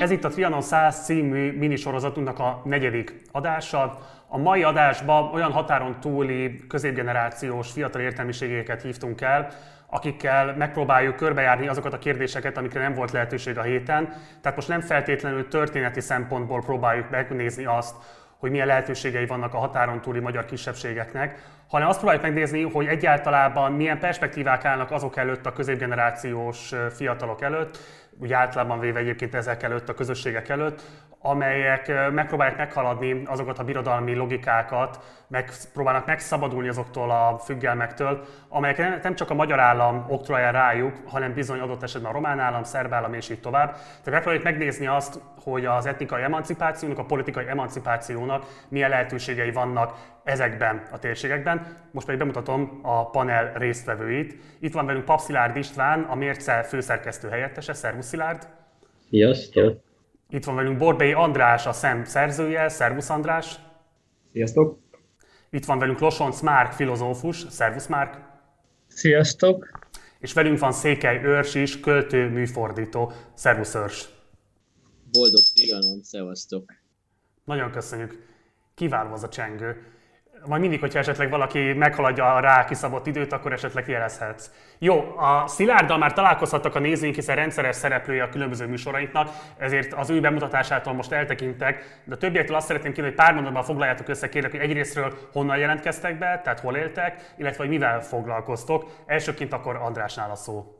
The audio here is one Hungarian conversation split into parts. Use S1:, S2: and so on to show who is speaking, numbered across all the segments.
S1: Ez itt a Trianon 100 című minisorozatunknak a 4. adása. A mai adásban olyan határon túli középgenerációs fiatal értelmiségeket hívtunk el, akikkel megpróbáljuk körbejárni azokat a kérdéseket, amikre nem volt lehetőség a héten. Tehát most nem feltétlenül történeti szempontból próbáljuk megnézni azt, hogy milyen lehetőségei vannak a határon túli magyar kisebbségeknek, hanem azt próbáljuk megnézni, hogy egyáltalán milyen perspektívák állnak azok előtt, a középgenerációs fiatalok előtt, úgy általában véve egyébként ezek előtt, a közösségek előtt, amelyek megpróbálják meghaladni azokat a birodalmi logikákat, megpróbálnak megszabadulni azoktól a függelmektől, amelyek nem csak a magyar állam oktrojál rájuk, hanem bizony adott esetben a román állam, szerb állam és így tovább. Tehát megpróbáljuk megnézni azt, hogy az etnikai emancipációnak, a politikai emancipációnak milyen lehetőségei vannak ezekben a térségekben. Most pedig bemutatom a panel résztvevőit. Itt van velünk Pap Szilárd István, a Mérce főszerkesztő helyettese. Szervusz Szilárd!
S2: Sziasztok!
S1: Itt van velünk Borbély András, a SZEM szerzője. Szervusz András!
S3: Sziasztok!
S1: Itt van velünk Losonc Márk, filozófus. Szervusz Márk!
S4: Sziasztok!
S1: És velünk van Székely Őrs is, költő, műfordító. Szervusz Őrs!
S2: Boldog Trianon, szevasztok!
S1: Nagyon köszönjük! Kiváló az a csengő. Majd mindig, hogyha esetleg valaki meghaladja a rá kiszabott időt, akkor esetleg jelezhetsz. Jó, a Szilárddal már találkozhattak a nézőink, hiszen rendszeres szereplője a különböző műsorainknak, ezért az ő bemutatásától most eltekintek, de a többiektől azt szeretném kérni, hogy pár mondatban foglaljátok össze, kérlek, hogy egyrésztről honnan jelentkeztek be, tehát hol éltek, illetve hogy mivel foglalkoztok. Elsőként akkor Andrásnál a szó.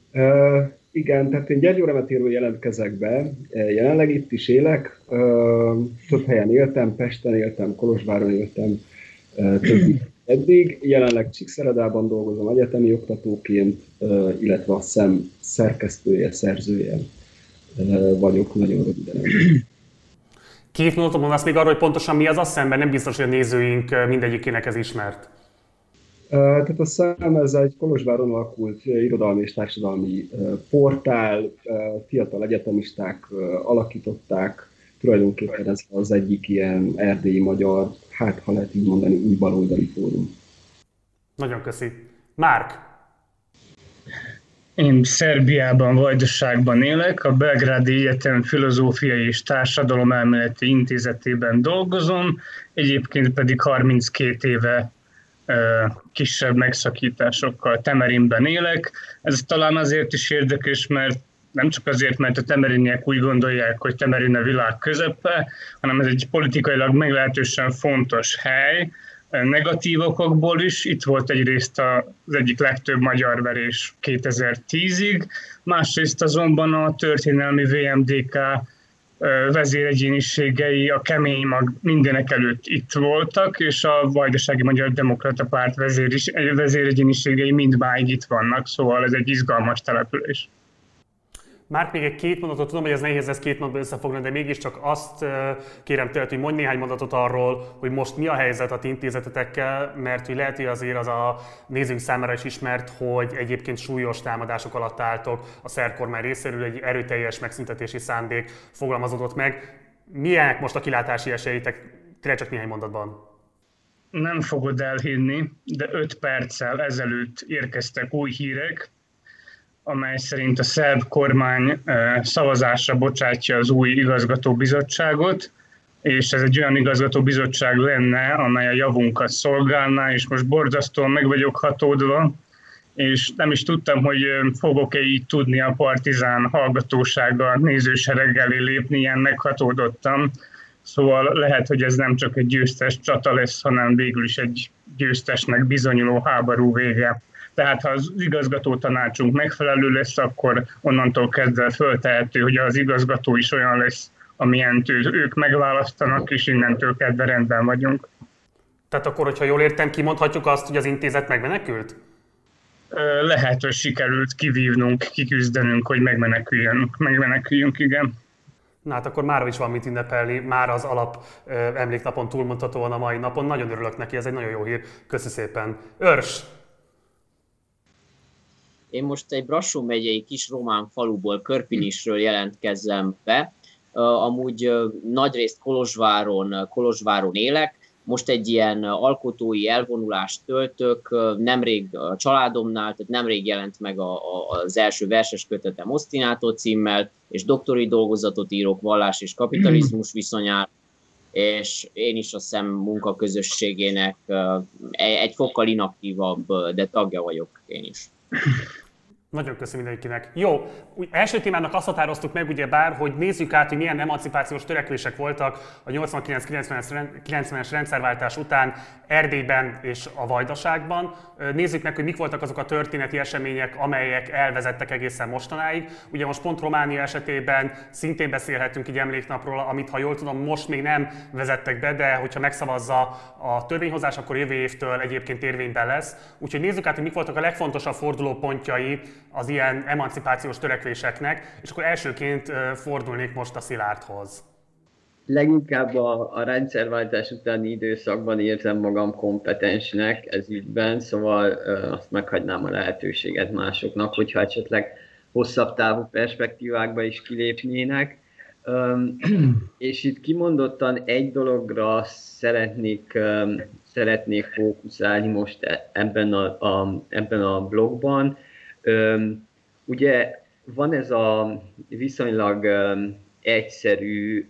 S3: Igen, tehát én Gyergyóremetéről jelentkezek be, jelenleg itt is élek, több helyen éltem, Pesten éltem, Kolozsváron éltem, eddig. Jelenleg Csíkszeredában dolgozom egyetemi oktatóként, illetve a SZEM szerkesztője, szerzője vagyok nagyon röviden.
S1: Két mondatot mondasz még arról, hogy pontosan mi az a SZEM, mert nem biztos, hogy a nézőink mindegyikének ez ismert.
S3: Tehát a SZEM ez egy Kolozsváron alakult irodalmi és társadalmi portál, fiatal egyetemisták alakították, tulajdonképpen ez az egyik ilyen erdélyi magyar, hát ha lehet így mondani, új baloldali fórum.
S1: Nagyon köszi. Márk!
S4: Én Szerbiában, Vajdaságban élek, a Belgrádi Egyetem Filozófiai és Társadalomelméleti Intézetében dolgozom, egyébként pedig 32 éve kisebb megszakításokkal Temerinben élek. Ez talán azért is érdekes, mert nem csak azért, mert a temeriniek úgy gondolják, hogy Temerin a világ közepe, hanem ez egy politikailag meglehetősen fontos hely, negatív okokból is. Itt volt egyrészt az egyik legtöbb magyarverés 2010-ig, másrészt azonban a történelmi VMDK vezéregyéniségei, a kemény mag mindenek előtt itt voltak, és a Vajdasági Magyar Demokrata Párt vezéregyéniségei mindmáig itt vannak, szóval ez egy izgalmas település.
S1: Márk, még két mondatot, tudom, hogy ez nehéz ezt két mondatban összefoglalni, de mégiscsak azt kérem tőled, hogy mondj néhány mondatot arról, hogy most mi a helyzet a ti intézetetekkel, mert hogy lehet, hogy azért az a nézőink számára is ismert, hogy egyébként súlyos támadások alatt álltok a szerb kormány részéről, egy erőteljes megszüntetési szándék fogalmazódott meg. Milyenek most a kilátási esélyitek? Tényleg csak néhány mondatban.
S4: Nem fogod elhinni, de 5 perccel ezelőtt érkeztek új hírek, amely szerint a szerb kormány szavazásra bocsátja az új igazgatóbizottságot, és ez egy olyan igazgatóbizottság lenne, amely a javunkat szolgálná, és most borzasztóan meg vagyok hatódva, és nem is tudtam, hogy fogok-e így tudni a partizán hallgatósággal nézősereg elé lépni, ilyen meghatódottam. Szóval lehet, hogy ez nem csak egy győztes csata lesz, hanem végül is egy győztesnek bizonyuló háború vége. Tehát ha az igazgató tanácsunk megfelelő lesz, akkor onnantól kezdve föltehető, hogy az igazgató is olyan lesz, amilyen ők megválasztanak, és innentől kezdve rendben vagyunk.
S1: Tehát akkor, hogyha jól értem, kimondhatjuk azt, hogy az intézet megmenekült?
S4: Lehet, hogy sikerült kivívnunk, kiküzdenünk, hogy megmeneküljünk, igen.
S1: Na hát akkor mára is van mit ünnepelni, már az alap emléknapon túlmondhatóan a mai napon. Nagyon örülök neki, ez egy nagyon jó hír. Köszi szépen. Őrs!
S2: Én most egy Brassó megyei kis román faluból, Körpinisről jelentkezzem be. Amúgy nagyrészt Kolozsváron élek, most egy ilyen alkotói elvonulást töltök, nemrég a családomnál, tehát nemrég jelent meg az első verses kötetem Osztinátó címmel, és doktori dolgozatot írok vallás és kapitalizmus viszonyáról, és én is azt hiszem munkaközösségének egy fokkal inaktívabb, de tagja vagyok én is.
S1: Nagyon köszönöm mindenkinek. Jó, első témának azt határoztuk meg, ugyebár, hogy nézzük át, hogy milyen emancipációs törekvések voltak a 89-90-es rendszerváltás után Erdélyben és a Vajdaságban. Nézzük meg, hogy mik voltak azok a történeti események, amelyek elvezettek egészen mostanáig. Ugye most pont Románia esetében szintén beszélhetünk egy emléknapról, amit, ha jól tudom, most még nem vezettek be, de hogyha megszavazza a törvényhozás, akkor jövő évtől egyébként érvényben lesz. Úgyhogy nézzük át, hogy mik voltak a legfontosabb fordulópontjai az ilyen emancipációs törekvéseknek, és akkor elsőként fordulnék most a Szilárdhoz.
S5: Leginkább a rendszerváltás utáni időszakban érzem magam kompetensnek ez ügyben, szóval azt meghagynám a lehetőséget másoknak, hogyha esetleg hosszabb távú perspektívákba is kilépnének. És itt kimondottan egy dologra szeretnék fókuszálni most ebben a blogban. Ugye van ez a viszonylag egyszerű,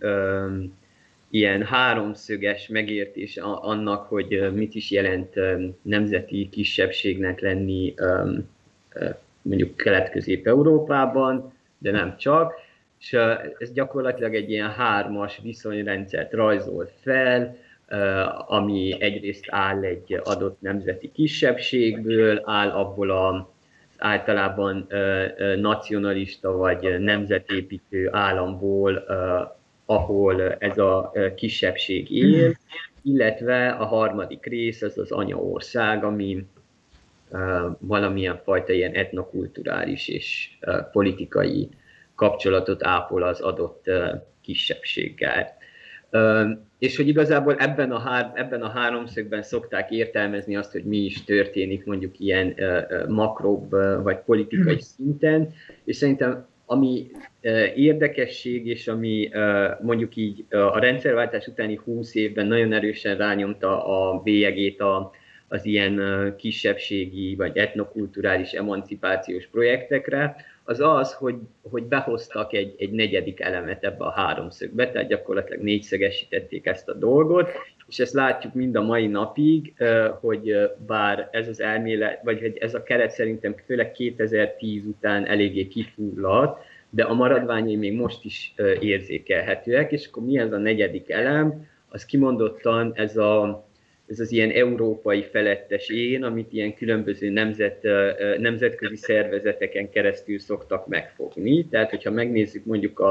S5: ilyen háromszöges megértés annak, hogy mit is jelent nemzeti kisebbségnek lenni mondjuk Kelet-Közép-Európában, de nem csak. És ez gyakorlatilag egy ilyen hármas viszonyrendszert rajzol fel, ami egyrészt áll egy adott nemzeti kisebbségből, áll abból az általában nacionalista vagy nemzetépítő államból, ahol ez a kisebbség él, illetve a harmadik rész, ez az anyaország, ami valamilyen fajta ilyen etnokulturális és politikai kapcsolatot ápol az adott kisebbséggel. És hogy igazából ebben a háromszögben szokták értelmezni azt, hogy mi is történik mondjuk ilyen makróbb vagy politikai szinten, és szerintem ami érdekesség, és ami mondjuk így a rendszerváltás utáni 20 évben nagyon erősen rányomta a bélyegét az ilyen kisebbségi vagy etnokulturális emancipációs projektekre, az, hogy behoztak egy negyedik elemet ebbe a háromszögbe, tehát gyakorlatilag négyszögesítették ezt a dolgot, és ezt látjuk mind a mai napig, hogy bár ez az elmélet, vagy hogy ez a keret szerintem főleg 2010 után eléggé kifulladt, de a maradványai még most is érzékelhetőek, és akkor mi ez a negyedik elem? Az kimondottan ez az ilyen európai felettes én, amit ilyen különböző nemzetközi szervezeteken keresztül szoktak megfogni. Tehát, hogyha megnézzük mondjuk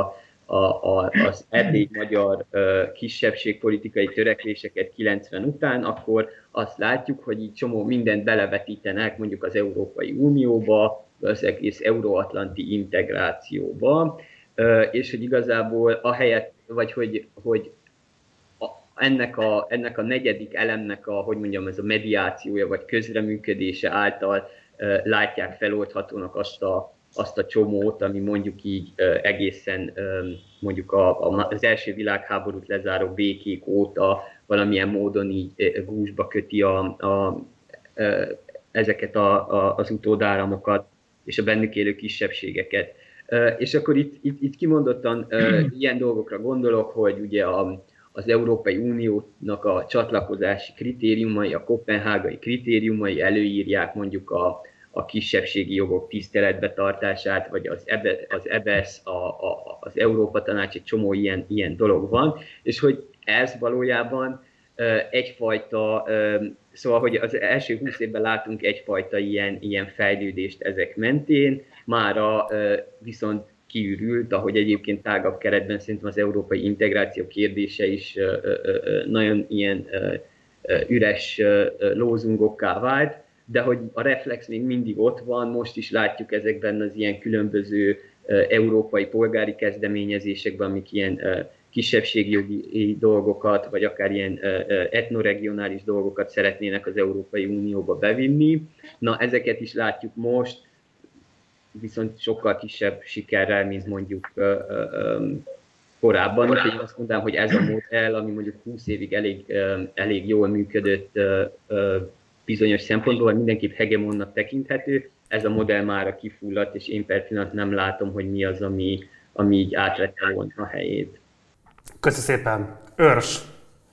S5: az erdélyi magyar kisebbségpolitikai törekvéseket 90 után, akkor azt látjuk, hogy így csomó mindent belevetítenek mondjuk az Európai Unióba, az egész euróatlanti integrációba, és hogy igazából ahelyett, vagy hogy ennek a negyedik elemnek ez a mediációja vagy közreműködése által látják feloldhatónak azt a csomót, ami mondjuk így egészen mondjuk az első világháborút lezáró békék óta valamilyen módon így gúzsba köti ezeket az utódáramokat és a bennük élő kisebbségeket. És akkor itt kimondottan ilyen dolgokra gondolok, hogy ugye az Európai Uniónak a csatlakozási kritériumai, a koppenhágai kritériumai előírják mondjuk a kisebbségi jogok tiszteletbetartását, vagy az EBESZ, az Európa Tanács, egy csomó ilyen dolog van, és hogy ez valójában egyfajta, szóval, hogy az első 20 évben látunk egyfajta ilyen fejlődést ezek mentén, mára viszont kiürült, ahogy egyébként tágabb keretben szerintem az európai integráció kérdése is nagyon ilyen üres lózungokká vált, de hogy a reflex még mindig ott van, most is látjuk ezekben az ilyen különböző európai polgári kezdeményezésekben, amik ilyen kisebbségjogi dolgokat, vagy akár ilyen etnoregionális dolgokat szeretnének az Európai Unióba bevinni. Na, ezeket is látjuk most, viszont sokkal kisebb sikerrel, mint mondjuk korábban, úgyhogy én azt mondanám, hogy ez a modell, ami mondjuk 20 évig elég jól működött bizonyos szempontból, hogy mindenképp hegemonnak tekinthető, ez a modell mára kifulladt, és én per pillanat nem látom, hogy mi az, ami így átvette volna a helyét.
S1: Köszönöm szépen. Őrs!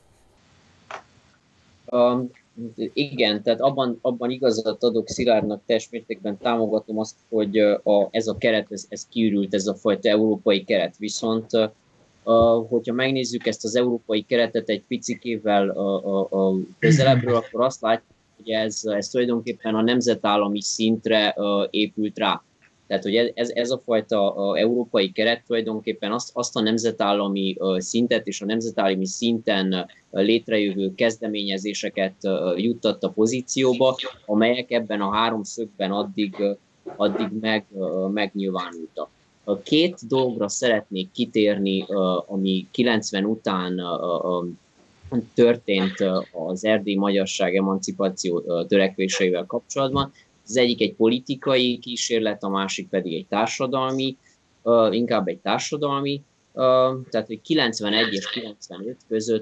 S2: Igen, tehát abban igazat adok Szilárdnak, teljes mértékben támogatom azt, hogy ez a keret, ez kiürült, ez a fajta európai keret. Viszont, hogyha megnézzük ezt az európai keretet egy picikével közelebbről, akkor azt látjuk, hogy ez tulajdonképpen a nemzetállami szintre épült rá. Tehát, hogy ez a fajta európai keret tulajdonképpen azt a nemzetállami szintet és a nemzetállami szinten létrejövő kezdeményezéseket juttatta pozícióba, amelyek ebben a háromszögben addig megnyilvánultak. Két dologra szeretnék kitérni, ami 90 után történt az erdélyi magyarság emancipáció törekvéseivel kapcsolatban. Az egyik egy politikai kísérlet, a másik pedig egy társadalmi, inkább egy társadalmi. Tehát, hogy 91 és 95 között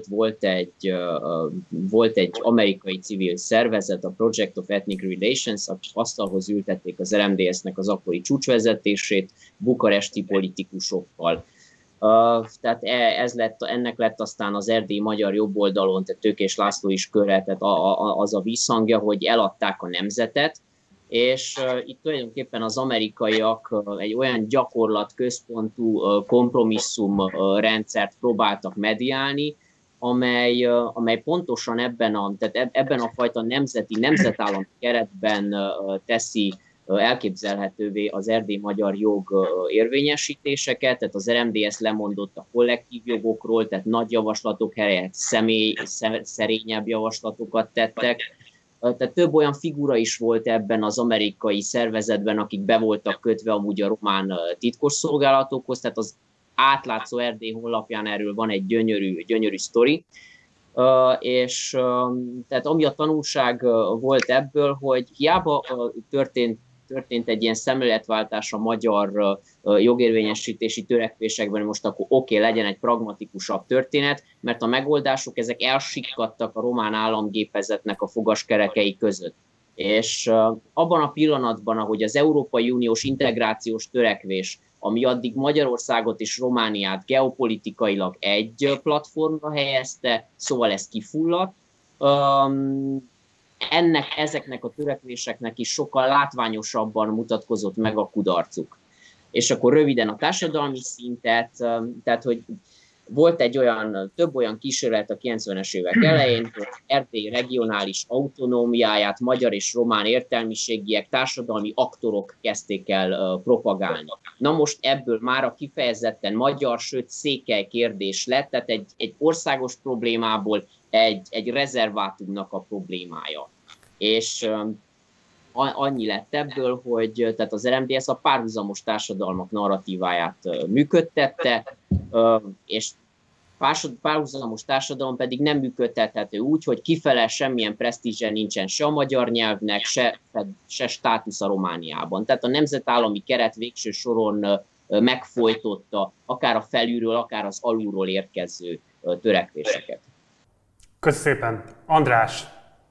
S2: volt egy amerikai civil szervezet, a Project of Ethnic Relations, akik asztalhoz ültették az RMDSZ-nek az akkori csúcsvezetését bukaresti politikusokkal. Tehát ennek lett aztán az erdélyi magyar jobboldalon, tehát Tőkés László is körre, tehát az a visszhangja, hogy eladták a nemzetet, és itt tulajdonképpen az amerikaiak egy olyan gyakorlatközpontú kompromisszumrendszert próbáltak mediálni, amely pontosan ebben a fajta nemzetállami keretben teszi elképzelhetővé az erdélyi magyar jog érvényesítéseket, tehát az RMDSZ lemondott a kollektív jogokról, tehát nagy javaslatok helyett szerényebb javaslatokat tettek. Tehát több olyan figura is volt ebben az amerikai szervezetben, akik be voltak kötve amúgy a román titkosszolgálatokhoz, tehát az átlátszó Erdély honlapján erről van egy gyönyörű sztori. És tehát ami a tanulság volt ebből, hogy hiába történt egy ilyen szemléletváltás a magyar jogérvényesítési törekvésekben, most akkor oké, legyen egy pragmatikusabb történet, mert a megoldások ezek elsikkadtak a román államgépezetnek a fogaskerekei között. És abban a pillanatban, ahogy az Európai Uniós integrációs törekvés, ami addig Magyarországot és Romániát geopolitikailag egy platformra helyezte, szóval ez kifulladt, ezeknek a törekvéseknek is sokkal látványosabban mutatkozott meg a kudarcuk. És akkor röviden a társadalmi szintet, tehát hogy volt több olyan kísérlet a 90-es évek elején, hogy Erdély regionális autonómiáját magyar és román értelmiségiek, társadalmi aktorok kezdték el propagálni. Na most ebből már a kifejezetten magyar, sőt székely kérdés lett, tehát egy országos problémából egy rezervátumnak a problémája. És annyi lett ebből, hogy tehát az RMDSZ a párhuzamos társadalmak narratíváját működtette, és párhuzamos társadalom pedig nem működtethető úgy, hogy kifele semmilyen presztízse nincsen se a magyar nyelvnek, se státusza Romániában. Tehát a nemzetállami keret végső soron megfojtotta akár a felülről, akár az alulról érkező törekvéseket.
S1: Köszönöm szépen. András!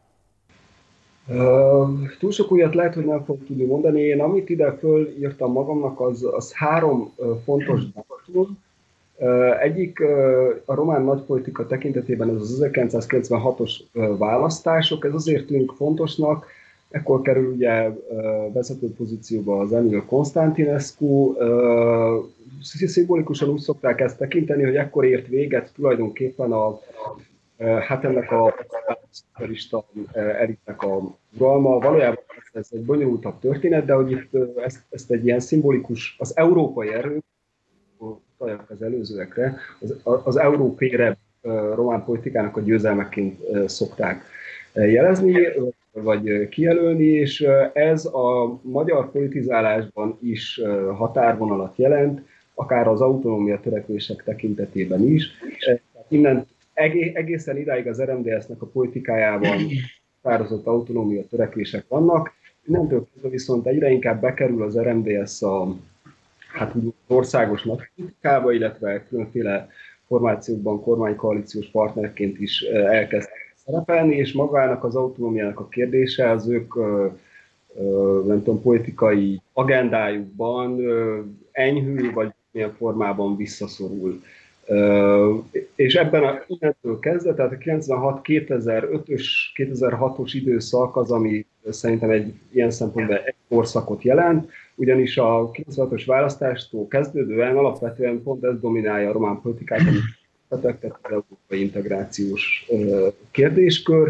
S3: Túl sok újat lehet, hogy nem fogok tudni mondani. Én amit ide fölírtam magamnak, az három fontos dátum. Egyik a román nagypolitika tekintetében ez az 1996-os választások, ez azért tűnik fontosnak, ekkor kerül ugye vezető pozícióba az Emil Constantinescu. Szimbolikusan úgy szokták ezt tekinteni, hogy ekkor ért véget tulajdonképpen ennek a szocialista elitnek a uralma. Valójában ez egy bonyolultabb történet, de hogy itt ezt egy ilyen szimbolikus, az európai erők, utaljak az előzőekre, az európérebb román politikának a győzelmeként szokták jelezni, vagy kijelölni, és ez a magyar politizálásban is határvonalat jelent, akár az autonómia törekvések tekintetében is. Innen egészen idáig az RMDSZ-nek a politikájában határozott autonómia törekvések vannak. Innentől kezdve viszont egyre inkább bekerül az RMDSZ hát úgy országos nagypolitikába, illetve különféle formációkban kormánykoalíciós partnerként is elkezdtek szerepelni, és magának az autonómiának a kérdése az ők nem tudom, politikai agendájukban enyhül, vagy milyen formában visszaszorul. És innentől kezdve, tehát a 96-2005-ös, 2006-os időszak az, ami szerintem egy ilyen szempontból egy korszakot jelent, ugyanis a 96-os választástól kezdődően alapvetően pont ez dominálja a román politikát, amit tehát az európai integrációs kérdéskör,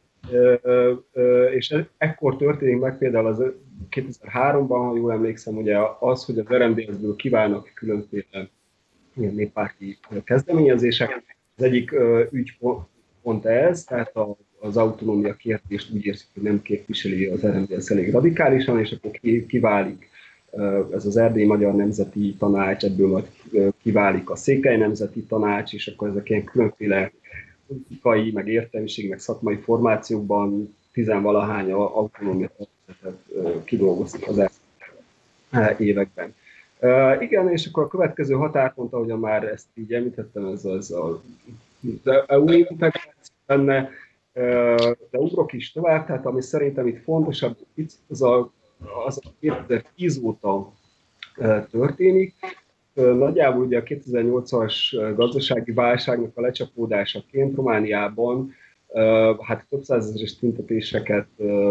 S3: és ekkor történik meg például az 2003-ban, ha jól emlékszem, ugye az, hogy az RMDSZ-ből kiválnak különféle néppárti kezdeményezések. Az egyik ügypont ez, tehát az autonómia kérdést úgy érzik, hogy nem képviseli az RMDSZ elég radikálisan, és akkor kiválik ez az Erdélyi Magyar Nemzeti Tanács, ebből majd kiválik a Székely Nemzeti Tanács, és akkor ezek ilyen különféle politikai, meg értelmiség, meg szakmai formációkban tizenvalahány autonómia területet kidolgoztak az években. Igen, és akkor a következő határpont, ahogyan már ezt így említettem, ez az EU integráció benne, de ugrok is tovább, tehát ami szerintem itt fontosabb, az a 2010 óta történik. Nagyjából ugye a 2008-as gazdasági válságnak a lecsapódásaként Romániában hát több százezeres tüntetéseket,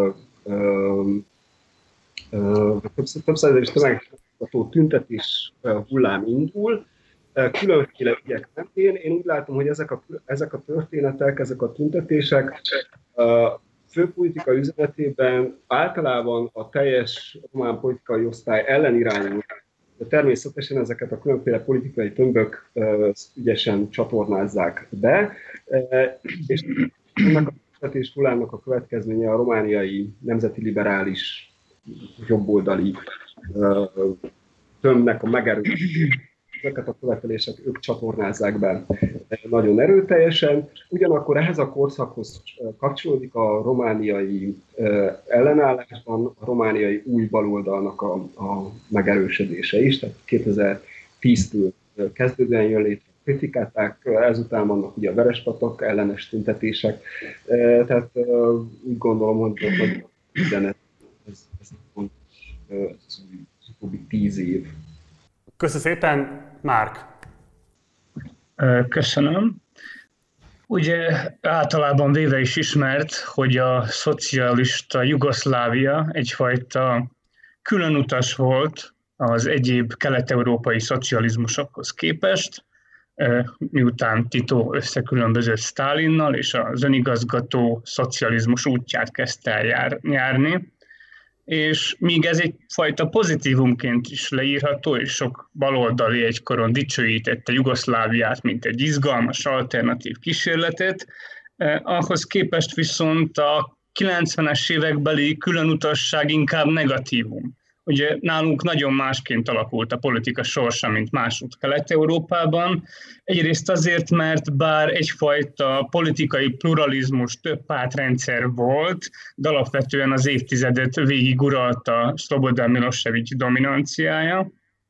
S3: több százezeres tömeges tüntetés hullám indul, különféle ügyek mentén. Én úgy látom, hogy ezek a történetek, ezek a tüntetések főpolitikai üzenetében általában a teljes román politikai osztály ellen irányul. De természetesen ezeket a különféle politikai tömbök ügyesen csatornázzák be, és ennek a tüntetés hullámnak a következménye a romániai nemzeti liberális jobboldali tömbnek a megerősítése. Ezeket a követelések ők csatornázzák be nagyon erőteljesen. Ugyanakkor ehhez a korszakhoz kapcsolódik a romániai ellenállásban a romániai új baloldalnak a megerősödése is. Tehát 2010-től kezdődően jön létre kritikálták, ezután vannak ugye a Verespatak ellenes tüntetések. Tehát úgy gondolom, hogy ez az utóbbi 10 év.
S1: Köszönöm szépen, Márk!
S4: Köszönöm. Ugye általában véve is ismert, hogy a szocialista Jugoszlávia egyfajta különutas volt az egyéb kelet-európai szocializmusokhoz képest, miután Tito összekülönbözött Sztálinnal, és az önigazgató szocializmus útját kezdte el járni. És míg ez egyfajta pozitívumként is leírható, és sok baloldali egykoron dicsőítette Jugoszláviát, mint egy izgalmas alternatív kísérletet, ahhoz képest viszont a 90-es évekbeli különutasság inkább negatívum. Ugye nálunk nagyon másként alakult a politika sorsa, mint másút Kelet-Európában. Egyrészt azért, mert bár egyfajta politikai pluralizmus, több pártrendszer volt, de alapvetően az évtizedet végig uralta Slobodan Milošević dominanciája,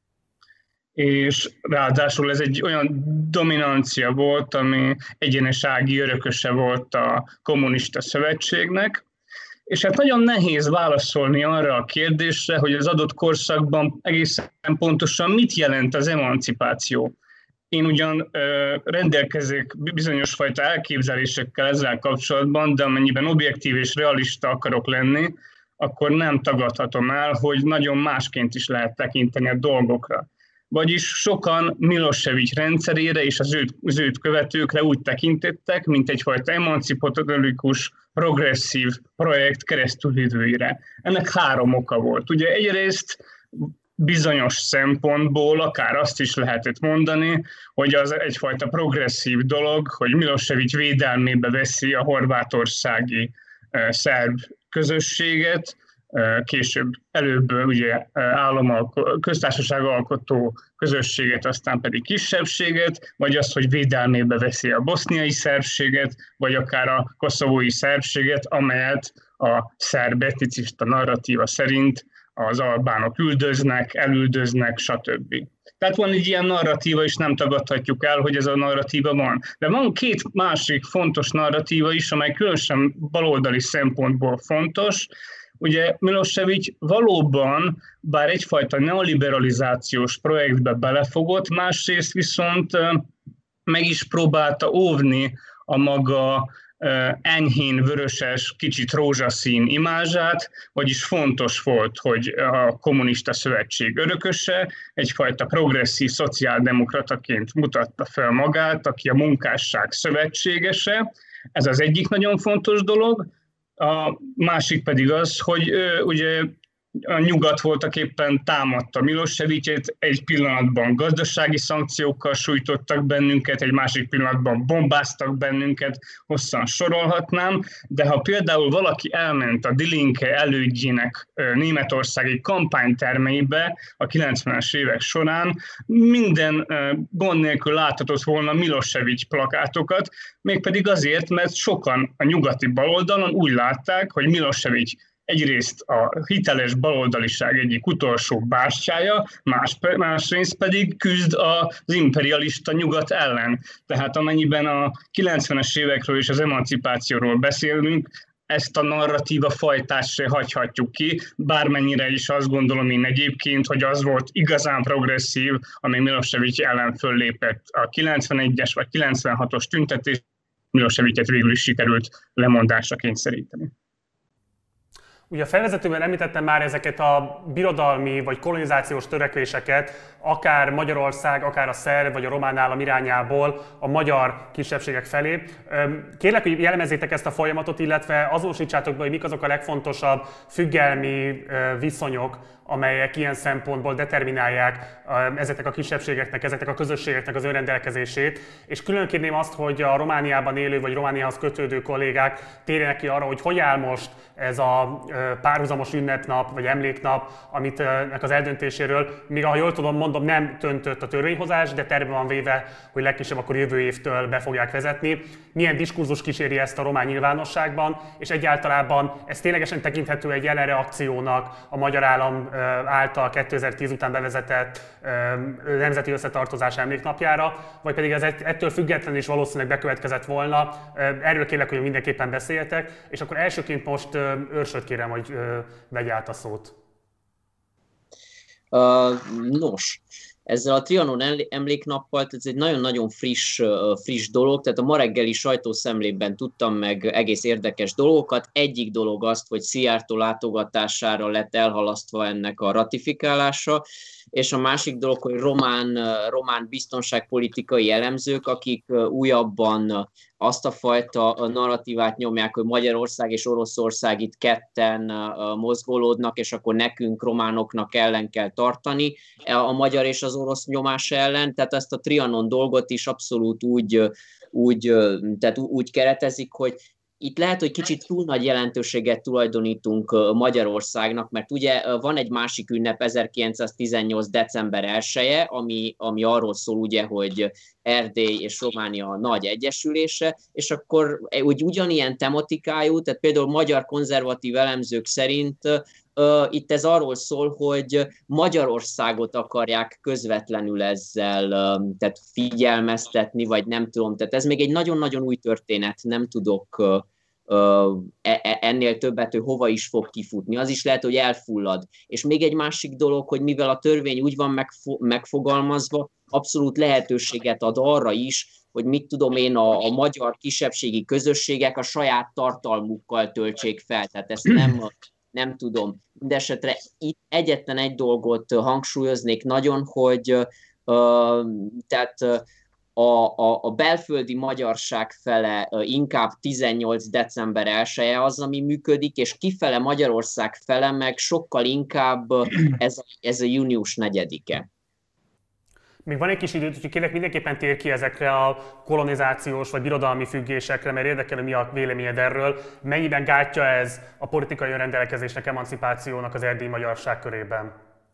S4: és ráadásul ez egy olyan dominancia volt, ami egyenesági örököse volt a kommunista szövetségnek, és hát nagyon nehéz válaszolni arra a kérdésre, hogy az adott korszakban egészen pontosan mit jelent az emancipáció. Én ugyan rendelkezek bizonyos fajta elképzelésekkel ezzel kapcsolatban, de amennyiben objektív és realista akarok lenni, akkor nem tagadhatom el, hogy nagyon másként is lehet tekinteni a dolgokra. Vagyis sokan Milošević rendszerére és az őt követőkre úgy tekintettek, mint egyfajta emancipatorikus, progresszív projekt keresztülvivőire. Ennek 3 oka volt. Ugye egyrészt bizonyos szempontból akár azt is lehetett mondani, hogy az egyfajta progresszív dolog, hogy Milošević védelmébe veszi a horvátországi szerb közösséget, később előbb ugye köztársaság alkotó közösséget, aztán pedig kisebbséget, vagy azt, hogy védelmébe veszi a boszniai szerbséget, vagy akár a koszovói szerbséget, amelyet a szerb etnicista narratíva szerint az albánok üldöznek, elüldöznek, stb. Tehát van egy ilyen narratíva, és nem tagadhatjuk el, hogy ez a narratíva van. De van két másik fontos narratíva is, amely különösen baloldali szempontból fontos. Ugye Milosevic valóban, bár egyfajta neoliberalizációs projektbe belefogott, másrészt viszont meg is próbálta óvni a maga enyhén vöröses, kicsit rózsaszín imázsát, vagyis fontos volt, hogy a kommunista szövetség örököse egyfajta progresszív szociáldemokrataként mutatta fel magát, aki a munkásság szövetségese. Ez az egyik nagyon fontos dolog. A másik pedig az, hogy ugye a nyugat voltak éppen támadta Milosevicet, egy pillanatban gazdasági szankciókkal sújtottak bennünket, egy másik pillanatban bombáztak bennünket, hosszan sorolhatnám, de ha például valaki elment a Die Linke elődjének németországi kampánytermeibe a 90-es évek során, minden gond nélkül láthatott volna Milosevic plakátokat, mégpedig azért, mert sokan a nyugati baloldalon úgy látták, hogy Milosevic egyrészt a hiteles baloldaliság egyik utolsó bástyája, másrészt pedig küzd az imperialista nyugat ellen. Tehát amennyiben a 90-es évekről és az emancipációról beszélünk, ezt a narratíva fajtást se hagyhatjuk ki, bármennyire is azt gondolom én egyébként, hogy az volt igazán progresszív, ami Milosevic ellen föllépett a 91-es vagy 96-os tüntetés, Milosevicet végül is sikerült lemondásra kényszeríteni.
S1: Ugye a felvezetőben említettem már ezeket a birodalmi vagy kolonizációs törekvéseket, akár Magyarország, akár a szerb vagy a román állam irányából a magyar kisebbségek felé. Kérlek, hogy jellemezzétek ezt a folyamatot, illetve azonosítsátok be, hogy mik azok a legfontosabb függelmi viszonyok, amelyek ilyen szempontból determinálják ezeknek a kisebbségeknek, ezeknek a közösségeknek az önrendelkezését. És külön kérném azt, hogy a Romániában élő vagy Romániához kötődő kollégák térjenek ki arra, hogy hogy áll most ez a párhuzamos ünnepnap vagy emléknap, amit az eldöntéséről, még ahogy jól tudom, mondom, nem döntött a törvényhozás, de terve van véve, hogy legkésőbb akkor jövő évtől be fogják vezetni. Milyen diskurzus kíséri ezt a román nyilvánosságban, és egyáltalában ez ténylegesen tekinthető egy ellenreakciónak a magyar állam által 2010 után bevezetett nemzeti összetartozás emléknapjára, vagy pedig ez ettől függetlenül is valószínűleg bekövetkezett volna. Erről kérlek, hogy mindenképpen beszéljetek, és akkor elsőként most Őrsöt kérem, hogy vegye át a szót.
S2: Nos, ezzel a Trianon emléknappal, ez egy nagyon-nagyon friss dolog, tehát a ma reggeli sajtószemlében tudtam meg egész érdekes dolgokat. Egyik dolog azt, hogy Szijjártó látogatására lett elhalasztva ennek a ratifikálása, és a másik dolog, hogy román biztonságpolitikai elemzők, akik újabban azt a fajta narratívát nyomják, hogy Magyarország és Oroszország itt ketten mozgolódnak, és akkor nekünk, románoknak ellen kell tartani a magyar és az orosz nyomás ellen. Tehát ezt a Trianon dolgot is abszolút úgy keretezik, hogy itt lehet, hogy kicsit túl nagy jelentőséget tulajdonítunk Magyarországnak, mert ugye van egy másik ünnep, 1918. december 1-je, ami arról szól ugye, hogy Erdély és Románia nagy egyesülése, és akkor ugyanilyen tematikájú, tehát például magyar konzervatív elemzők szerint itt ez arról szól, hogy Magyarországot akarják közvetlenül ezzel tehát figyelmeztetni, vagy nem tudom, tehát ez még egy nagyon-nagyon új történet, nem tudok ennél többet, hogy hova is fog kifutni. Az is lehet, hogy elfullad. És még egy másik dolog, hogy mivel a törvény úgy van megfogalmazva, abszolút lehetőséget ad arra is, hogy mit tudom én, a magyar kisebbségi közösségek a saját tartalmukkal töltsék fel. Tehát ezt nem tudom. Mindesetre itt egyetlen egy dolgot hangsúlyoznék nagyon, hogy tehát a belföldi magyarság fele inkább 18. december 1-je az, ami működik, és kifele Magyarország fele meg sokkal inkább ez a június 4-e.
S1: Még van egy kis időt, úgyhogy kérlek mindenképpen tér ki ezekre a kolonizációs vagy birodalmi függésekre, mert érdekel, hogy mi a véleményed erről. Mennyiben gátja ez a politikai önrendelkezésnek, emancipációnak az erdélyi magyarság körében?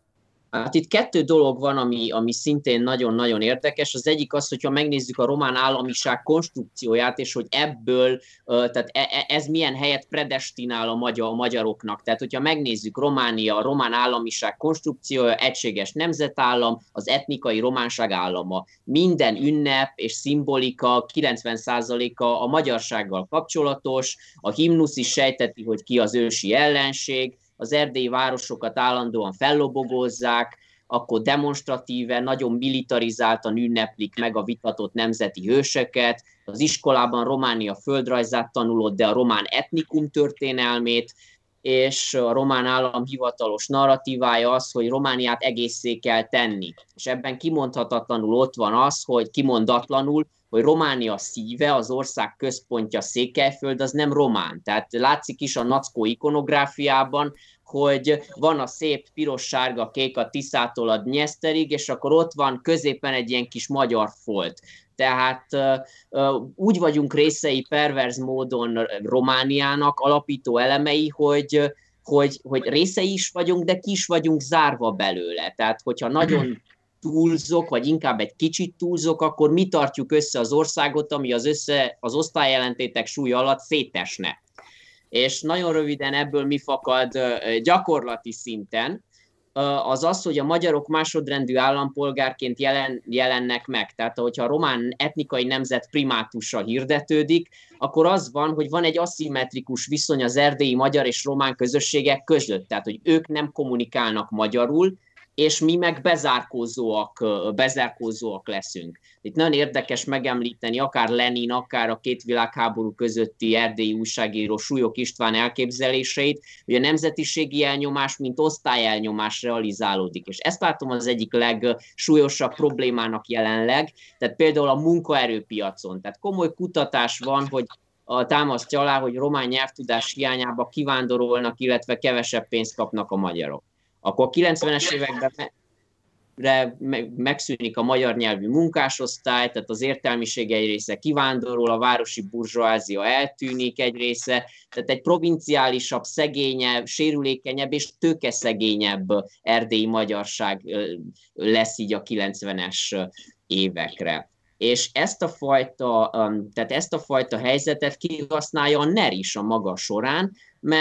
S2: Hát itt kettő dolog van, ami szintén nagyon-nagyon érdekes. Az egyik az, hogyha megnézzük a román államiság konstrukcióját, és hogy ebből, tehát ez milyen helyet predestinál a magyaroknak. Tehát, hogyha megnézzük Románia, a román államiság konstrukciója, egységes nemzetállam, az etnikai románság állama. Minden ünnep és szimbolika 90%-a a magyarsággal kapcsolatos, a himnusz is sejteti, hogy ki az ősi ellenség, az erdélyi városokat állandóan fellobogozzák, akkor demonstratíve, nagyon militarizáltan ünneplik meg a vitatott nemzeti hőseket, az iskolában Románia földrajzát tanulod, de a román etnikum történelmét, és a román állam hivatalos narratívája az, hogy Romániát egészé kell tenni. És ebben kimondatlanul ott van az, hogy Románia szíve, az ország központja, Székelyföld, az nem román. Tehát látszik is a nackó ikonográfiában, hogy van a szép piros-sárga-kék a Tiszától a Dnyeszterig, és akkor ott van középen egy ilyen kis magyar folt. Tehát úgy vagyunk részei perverz módon Romániának, alapító elemei, hogy részei is vagyunk, de ki is vagyunk zárva belőle. Tehát, hogyha nagyon túlzok, vagy inkább egy kicsit túlzok, akkor mi tartjuk össze az országot, ami az osztályjelentétek súlya alatt szétesne. És nagyon röviden ebből mi fakad gyakorlati szinten, az, hogy a magyarok másodrendű állampolgárként jelennek meg. Tehát, hogyha a román etnikai nemzet primátusa hirdetődik, akkor az van, hogy van egy aszimmetrikus viszony az erdélyi magyar és román közösségek között. Tehát, hogy ők nem kommunikálnak magyarul, és mi meg bezárkózóak leszünk. Itt nagyon érdekes megemlíteni akár Lenin, akár a két világháború közötti erdélyi újságíró Súlyog István elképzeléseit, hogy a nemzetiségi elnyomás, mint osztályelnyomás realizálódik. És ezt látom az egyik legsúlyosabb problémának jelenleg, tehát például a munkaerőpiacon. Tehát komoly kutatás van, hogy támasztja alá, hogy román nyelvtudás hiányába kivándorolnak, illetve kevesebb pénzt kapnak a magyarok. Akkor a 90-es években megszűnik a magyar nyelvű munkásosztály, tehát az értelmiség egy része kivándorol, a városi burzsóázia eltűnik egy része, tehát egy provinciálisabb, szegényebb, sérülékenyebb és tőkeszegényebb erdélyi magyarság lesz így a 90-es évekre. És ezt a fajta helyzetet kihasználja a NER is a maga során,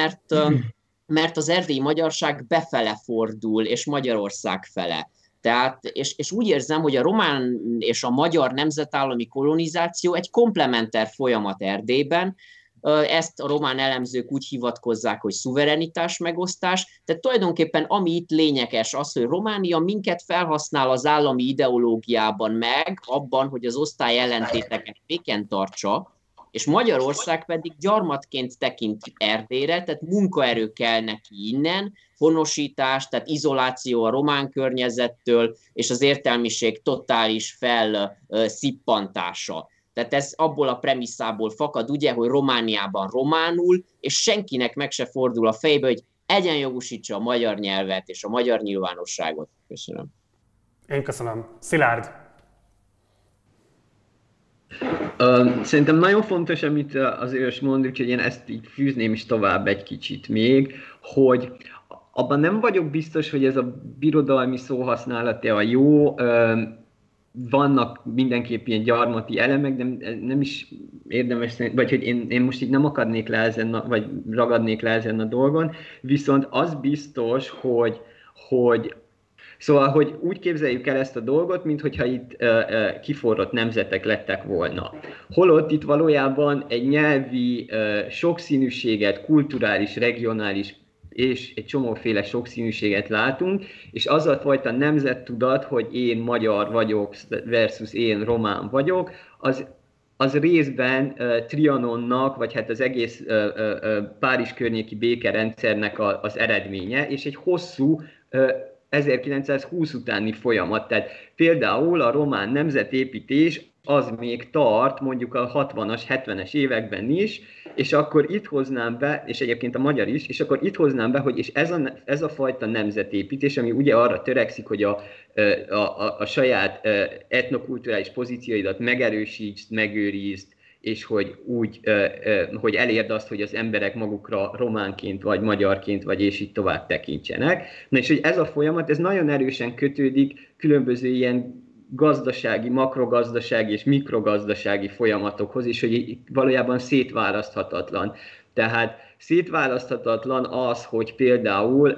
S2: mert az erdélyi magyarság befele fordul, és Magyarország fele. Tehát, és úgy érzem, hogy a román és a magyar nemzetállami kolonizáció egy komplementer folyamat Erdélyben. Ezt a román elemzők úgy hivatkozzák, hogy szuverenitás megosztás. Tehát tulajdonképpen ami itt lényeges az, hogy Románia minket felhasznál az állami ideológiában meg, abban, hogy az osztály ellentéteket féken tartsa, és Magyarország pedig gyarmatként tekint Erdélyre, tehát munkaerő kell neki innen, honosítás, tehát izoláció a román környezettől, és az értelmiség totális felszippantása. Tehát ez abból a premisszából fakad, ugye, hogy Romániában románul, és senkinek meg se fordul a fejbe, hogy egyenjogosítsa a magyar nyelvet és a magyar nyilvánosságot. Köszönöm.
S1: Én köszönöm. Szilárd.
S5: Szerintem nagyon fontos, amit az Ős mond, úgyhogy én ezt így fűzném is tovább egy kicsit még, hogy abban nem vagyok biztos, hogy ez a birodalmi szóhasználata a jó, vannak mindenképp ilyen gyarmati elemek, de nem is érdemes, vagy hogy én most így nem akadnék le ezen, vagy ragadnék le ezen a dolgon, viszont az biztos, hogy szóval, hogy úgy képzeljük el ezt a dolgot, mintha itt kiforrott nemzetek lettek volna. Holott itt valójában egy nyelvi sokszínűséget, kulturális, regionális és egy csomóféle sokszínűséget látunk, és az a fajta nemzettudat, hogy én magyar vagyok versus én román vagyok, az részben Trianonnak, vagy hát az egész Párizs környéki békerendszernek az eredménye, és egy hosszú 1920 utáni folyamat. Tehát például a román nemzetépítés az még tart mondjuk a 60-as, 70-es években is, és akkor itt hoznám be, és egyébként a magyar is, és akkor itt hoznám be, hogy és ez a fajta nemzetépítés, ami ugye arra törekszik, hogy a saját etnokulturális pozícióidat megerősítsd, megőrizd, és hogy elérd azt, hogy az emberek magukra románként, vagy magyarként, vagy és így tovább tekintsenek. Na és hogy ez a folyamat, ez nagyon erősen kötődik különböző ilyen gazdasági, makrogazdasági és mikrogazdasági folyamatokhoz, és hogy valójában szétválaszthatatlan. Tehát szétválaszthatatlan az, hogy például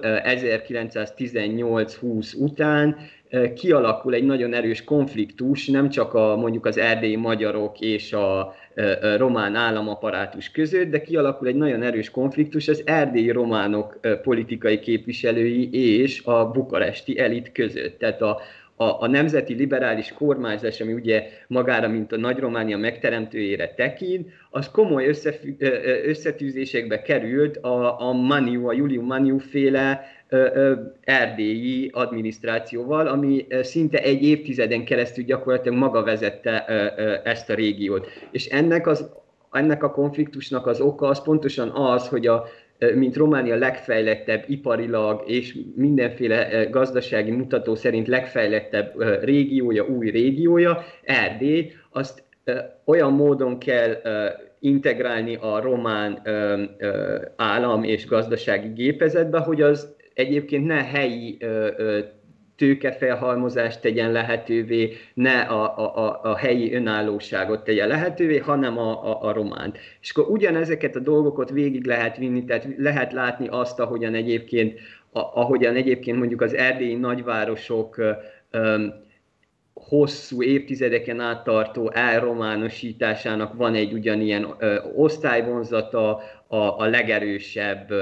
S5: 1918-20 után kialakul egy nagyon erős konfliktus, nem csak mondjuk az erdélyi magyarok és a román államaparátus között, de kialakul egy nagyon erős konfliktus az erdélyi románok politikai képviselői és a bukaresti elit között. Tehát a nemzeti liberális kormányzás, ami ugye magára, mint a Nagy-Románia megteremtőjére tekint, az komoly összetűzésekbe került a Juliu Maniu féle erdélyi adminisztrációval, ami szinte egy évtizeden keresztül gyakorlatilag maga vezette ezt a régiót. És ennek a konfliktusnak az oka az pontosan az, hogy mint Románia legfejlettebb iparilag és mindenféle gazdasági mutató szerint legfejlettebb régiója, új régiója, Erdély, azt olyan módon kell integrálni a román állam és gazdasági gépezetbe, hogy az egyébként ne helyi tőkefelhalmozást tegyen lehetővé, ne a helyi önállóságot tegyen lehetővé, hanem a románt. És akkor ugyanezeket a dolgokat végig lehet vinni, tehát lehet látni azt, ahogyan egyébként mondjuk az erdélyi nagyvárosok hosszú évtizedeken át tartó elrománosításának van egy ugyanilyen osztályvonzata, a legerősebb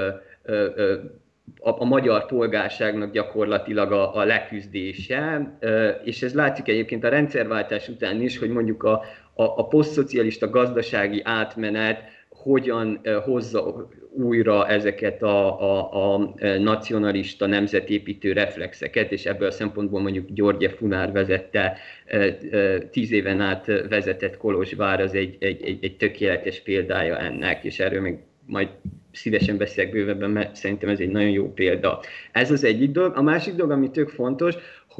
S5: a magyar polgárságnak gyakorlatilag a leküzdése, és ez látszik egyébként a rendszerváltás után is, hogy mondjuk a posztszocialista gazdasági átmenet hogyan hozza újra ezeket a nacionalista nemzetépítő reflexeket, és ebből a szempontból mondjuk György Funár vezette, 10 éven át vezetett Kolozsvár az egy tökéletes példája ennek, és erről még majd szívesen beszélek bővebben, mert szerintem ez egy nagyon jó példa. Ez az egyik dolog. A másik dolog, ami tök fontos,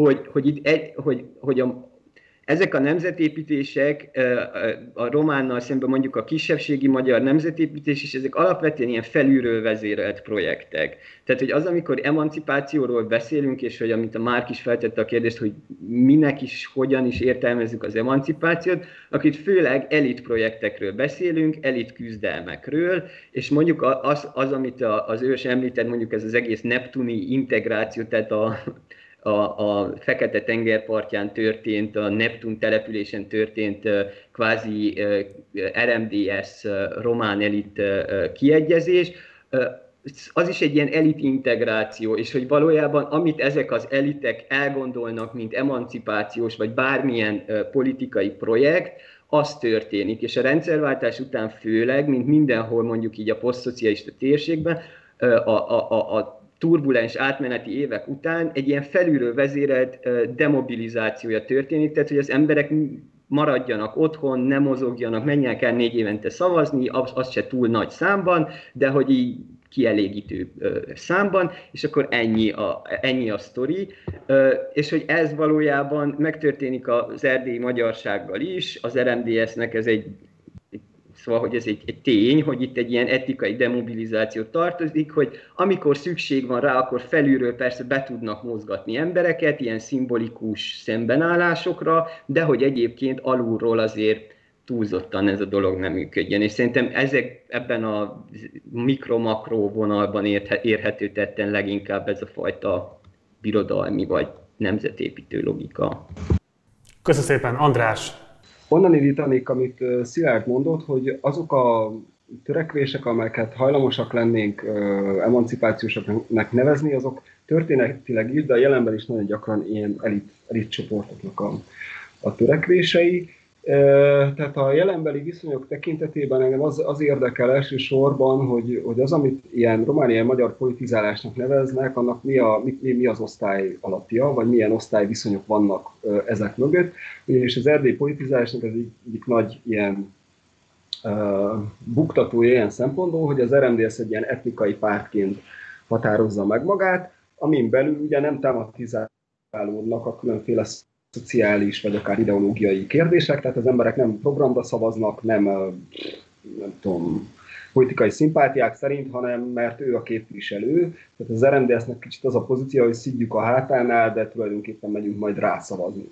S5: hogy ezek a nemzetépítések a románnal szemben mondjuk a kisebbségi magyar nemzetépítés, és ezek alapvetően ilyen felülről vezérelt projektek. Tehát, hogy az, amikor emancipációról beszélünk, és hogy amit a Márk is feltette a kérdést, hogy minek is, hogyan is értelmezzük az emancipációt, akkor itt főleg elit projektekről beszélünk, elit küzdelmekről, és mondjuk az amit az ős említett, mondjuk ez az egész neptuni integráció, tehát a Fekete-tenger partján történt, a Neptun településen történt kvázi RMDS román elit kiegyezés, az is egy ilyen elit integráció, és hogy valójában amit ezek az elitek elgondolnak, mint emancipációs vagy bármilyen politikai projekt, az történik. És a rendszerváltás után főleg, mint mindenhol mondjuk így a posztszocialista térségben, a turbulens átmeneti évek után egy ilyen felülről vezérelt demobilizációja történik, tehát hogy az emberek maradjanak otthon, ne mozogjanak, menjenek el 4 évente szavazni, az se túl nagy számban, de hogy így kielégítő számban, és akkor ennyi a sztori, és hogy ez valójában megtörténik az erdélyi magyarsággal is, az RMDS-nek ez Szóval, hogy ez egy tény, hogy itt egy ilyen etikai demobilizáció tartozik, hogy amikor szükség van rá, akkor felülről persze be tudnak mozgatni embereket, ilyen szimbolikus szembenállásokra, de hogy egyébként alulról azért túlzottan ez a dolog nem működjön. És szerintem ebben a mikro-makro vonalban érhető tetten leginkább ez a fajta birodalmi vagy nemzetépítő logika.
S1: Köszönöm szépen, András!
S3: Onnan indítanék, amit Szilárd mondott, hogy azok a törekvések, amelyeket hajlamosak lennénk emancipációsaknak nevezni, azok történetileg is, de a jelenben is nagyon gyakran ilyen elit csoportoknak a törekvései. Tehát a jelenbeli viszonyok tekintetében engem az érdekel elsősorban, hogy az, amit ilyen romániai magyar politizálásnak neveznek, annak mi az osztály alapja, vagy milyen osztályviszonyok vannak ezek mögött. És az erdélyi politizálásnak ez egyik nagy ilyen buktatója ilyen szempontból, hogy az RMDS egy ilyen etnikai pártként határozza meg magát, amin belül ugye nem tematizálódnak a különféle szociális vagy akár ideológiai kérdések, tehát az emberek nem programra szavaznak, nem tudom, politikai szimpátiák szerint, hanem mert ő a képviselő. Tehát az RMDSZ-nek kicsit az a pozíció, hogy szidjuk a hátánál, de tulajdonképpen megyünk majd rászavazni.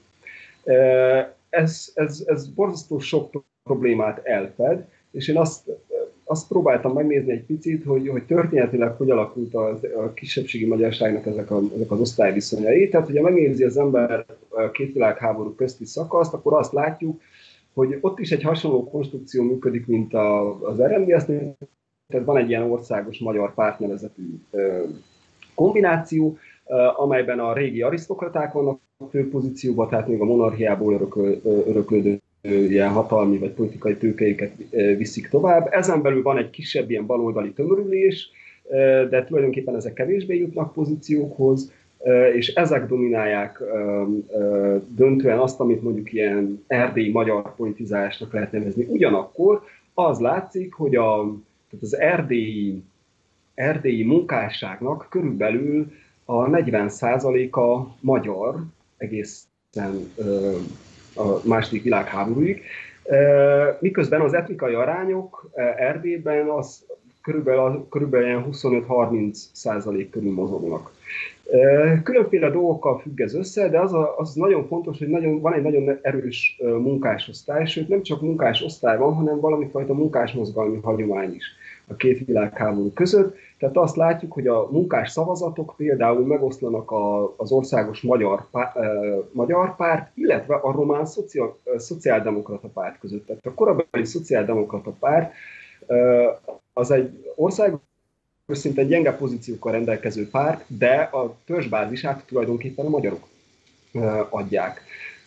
S3: Ez borzasztó sok problémát elfed, és én azt próbáltam megnézni egy picit, hogy történetileg hogy alakult a kisebbségi magyarságnak ezek az osztályviszonyai. Tehát, hogyha megnézi az ember két világháború közti szakaszt, akkor azt látjuk, hogy ott is egy hasonló konstrukció működik, mint az RMDSZ-nél, tehát van egy ilyen országos magyar pártnevezetű kombináció, amelyben a régi arisztokraták vannak fő pozícióban, tehát még a monarchiából öröklődő ilyen hatalmi vagy politikai tőkeiket viszik tovább. Ezen belül van egy kisebb ilyen baloldali tömörülés, de tulajdonképpen ezek kevésbé jutnak pozíciókhoz, és ezek dominálják döntően azt, amit mondjuk ilyen erdélyi magyar politizálásnak lehet nevezni. Ugyanakkor az látszik, hogy az erdélyi munkásságnak körülbelül a 40%-a magyar egészen a második világháborúig, miközben az etnikai arányok Erdélyben az körülbelül ilyen 25-30% körül mozognak. Különféle dolgokkal függ ez össze, de az nagyon fontos, hogy van egy nagyon erős munkásosztály, sőt nem csak munkásosztály van, hanem valamifajta munkásmozgalmi hagyomány is a két világháború között. Tehát azt látjuk, hogy a munkás szavazatok például megoszlanak az országos magyar párt, illetve a román szociáldemokrata párt között. Tehát a korabeli szociáldemokrata párt az egy országos szinten gyenge pozíciókkal rendelkező párt, de a törzsbázisát tulajdonképpen a magyarok adják.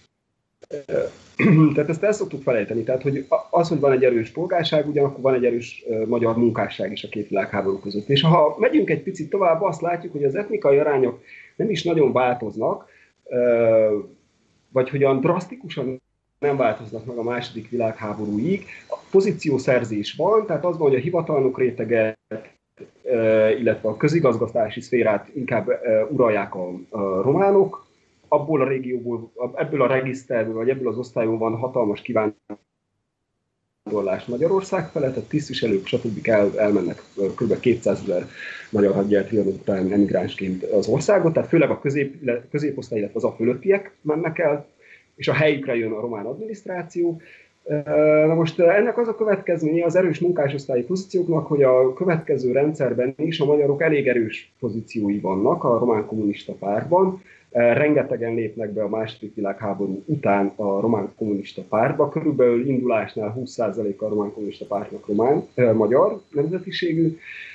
S3: Tehát ezt el szoktuk felejteni. Tehát, hogy hogy van egy erős polgárság, ugyanakkor van egy erős magyar munkásság is a két világháború között. És ha megyünk egy picit tovább, azt látjuk, hogy az etnikai arányok nem is nagyon változnak, vagy hogyan drasztikusan nem változnak meg a második világháborúig. A pozíciószerzés van, tehát az van, hogy a hivatalnok réteget, illetve a közigazgatási szférát inkább uralják a románok. Abból a régióból, ebből a regiszterből, vagy ebből az osztályból van hatalmas kivándorlás Magyarország felett, tehát tisztviselők, stb. Elmennek kb. 200 000 magyar hadjárat után emigránsként az országot, tehát főleg a középosztály, illetve az a fölöttiek mennek el, és a helyükre jön a román adminisztráció. Na most ennek az a következménye az erős munkásosztályi pozícióknak, hogy a következő rendszerben is a magyarok elég erős pozíciói vannak a román kommunista pártban. Rengetegen lépnek be a második világháború után a román kommunista pártba. Körülbelül indulásnál 20%-a a román kommunista pártnak magyar nemzetiségű.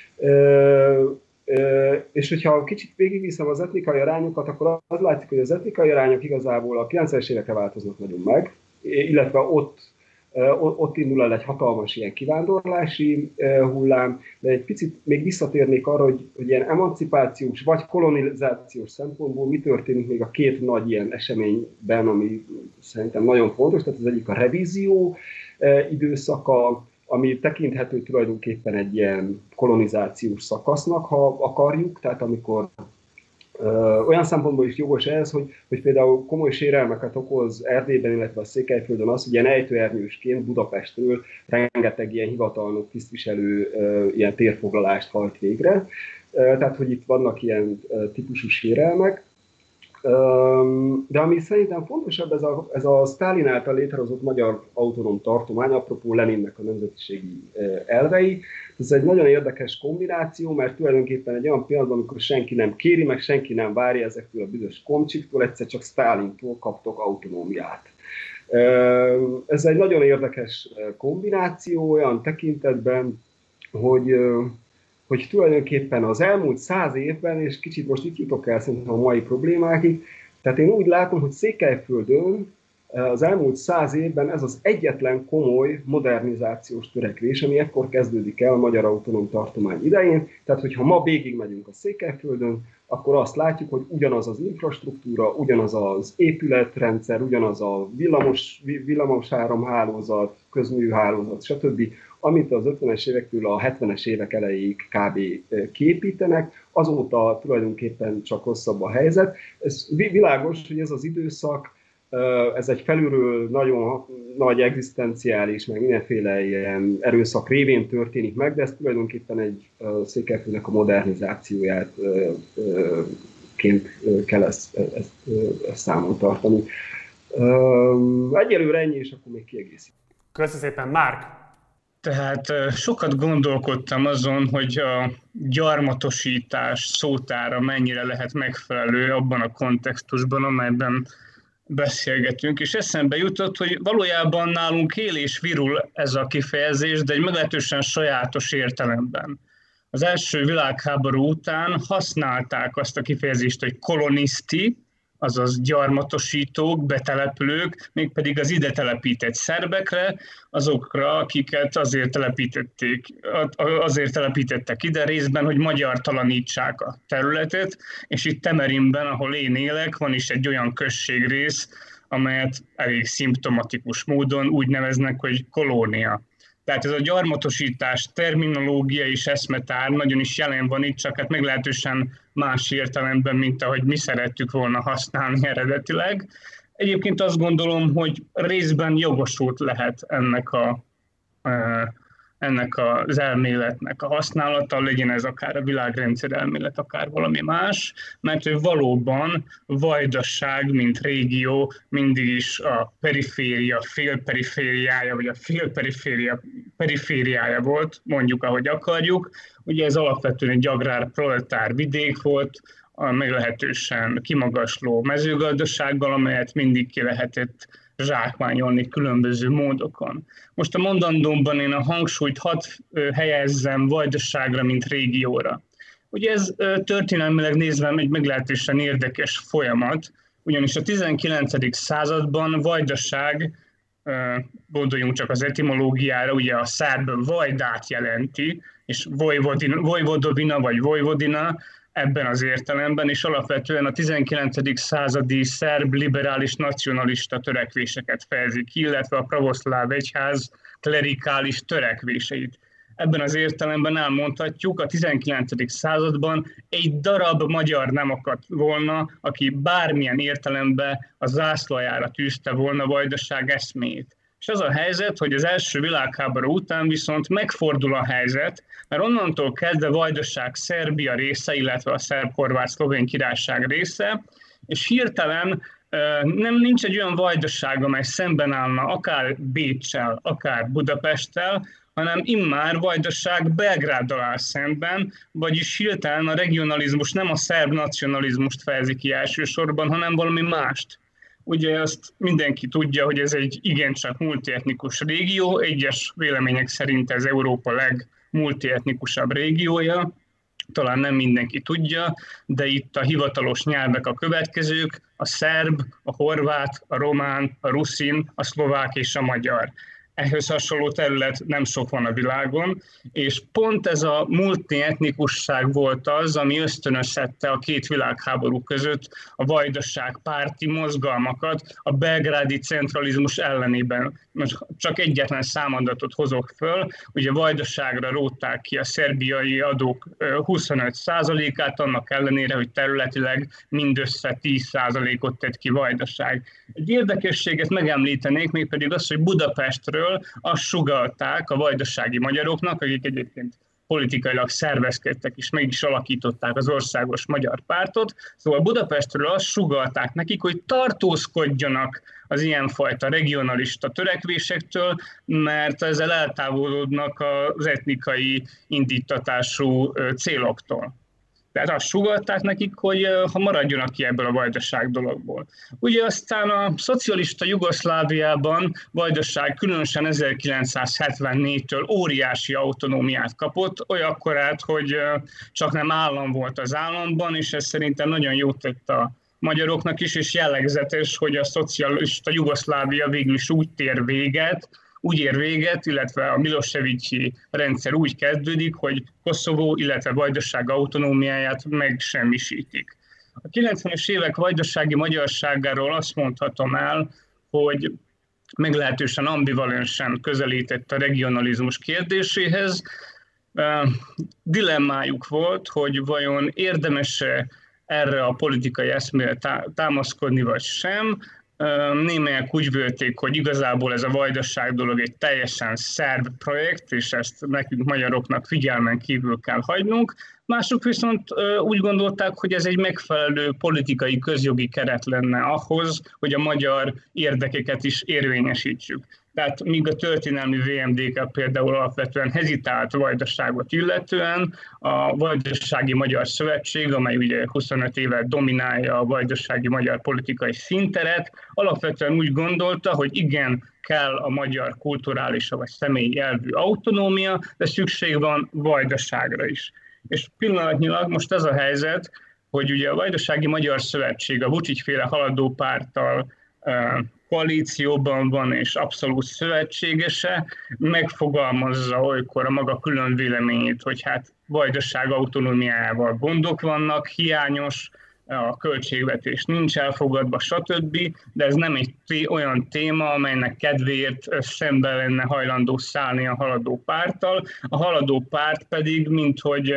S3: És hogyha kicsit végigviszem az etnikai arányokat, akkor az látszik, hogy az etnikai arányok igazából a 90-es évekre változnak nagyon meg, illetve ott indul el egy hatalmas ilyen kivándorlási hullám, de egy picit még visszatérnék arra, hogy ilyen emancipációs vagy kolonizációs szempontból mi történik még a két nagy ilyen eseményben, ami szerintem nagyon fontos. Tehát az egyik a revízió időszaka, ami tekinthető tulajdonképpen egy ilyen kolonizációs szakasznak, ha akarjuk, tehát amikor olyan szempontból is jogos ez, hogy például komoly sérelmeket okoz Erdélyben, illetve a Székelyföldön az, hogy ilyen ejtőernyősként Budapestről rengeteg ilyen hivatalnok, tisztviselő ilyen térfoglalást hajt végre. Tehát, hogy itt vannak ilyen típusú sérelmek. De ami szerintem fontosabb, ez a Sztálin által létrehozott magyar autonóm tartomány, apropó Leninnek a nemzetiségi elvei. Ez egy nagyon érdekes kombináció, mert tulajdonképpen egy olyan pillanatban, amikor senki nem kéri, meg senki nem várja ezektől a büdös komcsiktól, egyszer csak Sztálintól kaptok autonómiát. Ez egy nagyon érdekes kombináció olyan tekintetben, hogy tulajdonképpen az elmúlt 100 évben, és kicsit most itt jutok el szerintem a mai problémákig, tehát én úgy látom, hogy Székelyföldön az elmúlt 100 évben ez az egyetlen komoly modernizációs törekvés, ami ekkor kezdődik el a Magyar Autonóm Tartomány idején. Tehát, hogyha ma végigmegyünk a Székelyföldön, akkor azt látjuk, hogy ugyanaz az infrastruktúra, ugyanaz az épületrendszer, ugyanaz a villamos áramhálózat, közműhálózat, stb., amit az 50-es évektől a 70-es évek elejéig kb. Kiépítenek, azóta tulajdonképpen csak rosszabb a helyzet. Ez világos, hogy ez az időszak ez egy felülről nagyon nagy egzisztenciális, meg mindenféle ilyen erőszak révén történik meg, de ez tulajdonképpen egy Székelyföldnek a modernizációját ként kell ezt számon tartani. Egyelőre ennyi, és akkor még kiegészít.
S1: Köszönöm szépen, Márk!
S4: Tehát sokat gondolkodtam azon, hogy a gyarmatosítás szótára mennyire lehet megfelelő abban a kontextusban, amelyben beszélgetünk, és eszembe jutott, hogy valójában nálunk él és virul ez a kifejezés, de egy meglehetősen sajátos értelemben. Az első világháború után használták azt a kifejezést, hogy koloniszti, azaz gyarmatosítók, betelepülők, mégpedig az ide telepített szerbekre, azokra, akiket azért telepítettek ide részben, hogy magyartalanítsák a területet, és itt Temerinben, ahol én élek, van is egy olyan községrész, amelyet elég szimptomatikus módon úgy neveznek, hogy kolónia. Tehát ez a gyarmatosítás terminológia és eszmetár nagyon is jelen van itt, csak hát meglehetősen más értelemben, mint ahogy mi szerettük volna használni eredetileg. Egyébként azt gondolom, hogy részben jogosult lehet ennek az elméletnek a használata, legyen ez akár a világrendszer elmélet, akár valami más, mert hogy valóban Vajdaság, mint régió mindig is a periféria, félperifériája, vagy a félperiféria perifériája volt, mondjuk ahogy akarjuk. Ugye ez alapvetően egy agrárproletár vidék volt, a meglehetősen kimagasló mezőgazdasággal, amelyet mindig ki lehetett zsákmányolni különböző módokon. Most a mondandómban én a hangsúlyt hadd helyezzem Vajdaságra, mint régióra. Ugye ez történelmileg nézve egy meglehetősen érdekes folyamat, ugyanis a 19. században Vajdaság, gondoljunk csak az etimológiára, ugye a szerb vajdát jelenti, és vojvodovina vagy vojvodina, ebben az értelemben, és alapvetően a 19. századi szerb liberális nacionalista törekvéseket fejezik ki, illetve a pravoszláv egyház klerikális törekvéseit. Ebben az értelemben elmondhatjuk, a 19. században egy darab magyar nem akadt volna, aki bármilyen értelemben a zászlajára tűzte volna Vajdaság eszméjét. És az a helyzet, hogy az első világháború után viszont megfordul a helyzet, mert onnantól kezdve Vajdaság Szerbia része, illetve a szerb-horvát-szlovén királyság része, és hirtelen nincs egy olyan Vajdaság, amely szemben állna akár Béccsel, akár Budapesttel, hanem immár Vajdaság Belgráddal áll szemben, vagyis hirtelen a regionalizmus nem a szerb nacionalizmust fejezi ki elsősorban, hanem valami mást. Ugye azt mindenki tudja, hogy ez egy igencsak multietnikus régió, egyes vélemények szerint ez Európa legmultietnikusabb régiója, talán nem mindenki tudja, de itt a hivatalos nyelvek a következők, a szerb, a horvát, a román, a ruszin, a szlovák és a magyar. Ehhez hasonló terület nem sok van a világon, és pont ez a multietnikusság volt az, ami ösztönözhette a két világháború között a vajdaság párti mozgalmakat a belgrádi centralizmus ellenében. Most csak egyetlen számadatot hozok föl, ugye Vajdaságra rótták ki a szerbiai adók 25%-át, annak ellenére, hogy területileg mindössze 10%-ot tett ki Vajdaság. Egy érdekességet megemlítenék, mégpedig az, hogy Budapestről azt sugallták a vajdasági magyaroknak, akik egyébként politikailag szervezkedtek és meg is alakították az országos magyar pártot, szóval Budapestről azt sugallták nekik, hogy tartózkodjanak az ilyenfajta regionalista törekvésektől, mert ezzel eltávolodnak az etnikai indítatású céloktól. Tehát azt sugallták nekik, hogy ha maradjanak ki ebből a Vajdaság dologból. Ugye aztán a szocialista Jugoszláviában Vajdaság különösen 1974-től óriási autonómiát kapott, olyankorát, hogy csak nem állam volt az államban, és ez szerintem nagyon jót tett a magyaroknak is, és jellegzetes, hogy a szocialista Jugoszlávia végül is úgy ér véget, illetve a Miloševići rendszer úgy kezdődik, hogy Koszovó, illetve Vajdaság autonómiáját megsemmisítik. A 90-es évek vajdasági magyarságáról azt mondhatom el, hogy meglehetősen ambivalensen közelített a regionalizmus kérdéséhez. Dilemmájuk volt, hogy vajon érdemes-e erre a politikai eszmére támaszkodni, vagy sem. Némelyek úgy vélték, hogy igazából ez a vajdaság dolog egy teljesen szerb projekt, és ezt nekünk magyaroknak figyelmen kívül kell hagynunk. Mások viszont úgy gondolták, hogy ez egy megfelelő politikai közjogi keret lenne ahhoz, hogy a magyar érdekeket is érvényesítsük. Tehát míg a történelmi VMDK például alapvetően hezitált Vajdaságot illetően, a Vajdasági Magyar Szövetség, amely ugye 25 éve dominálja a vajdasági magyar politikai színteret, alapvetően úgy gondolta, hogy igen, kell a magyar kulturális vagy személyi elvű autonómia, de szükség van Vajdaságra is. És pillanatnyilag most ez a helyzet, hogy ugye a Vajdasági Magyar Szövetség a Vučić-féle haladó párttal koalícióban van és abszolút szövetségese, megfogalmazza olykor a maga külön véleményét, hogy hát Vajdaság autonómiájával gondok vannak, hiányos, a költségvetés nincs elfogadva, stb., de ez nem egy olyan téma, amelynek kedvéért szembe lenne hajlandó szállni a haladó párttal. A haladó párt pedig, minthogy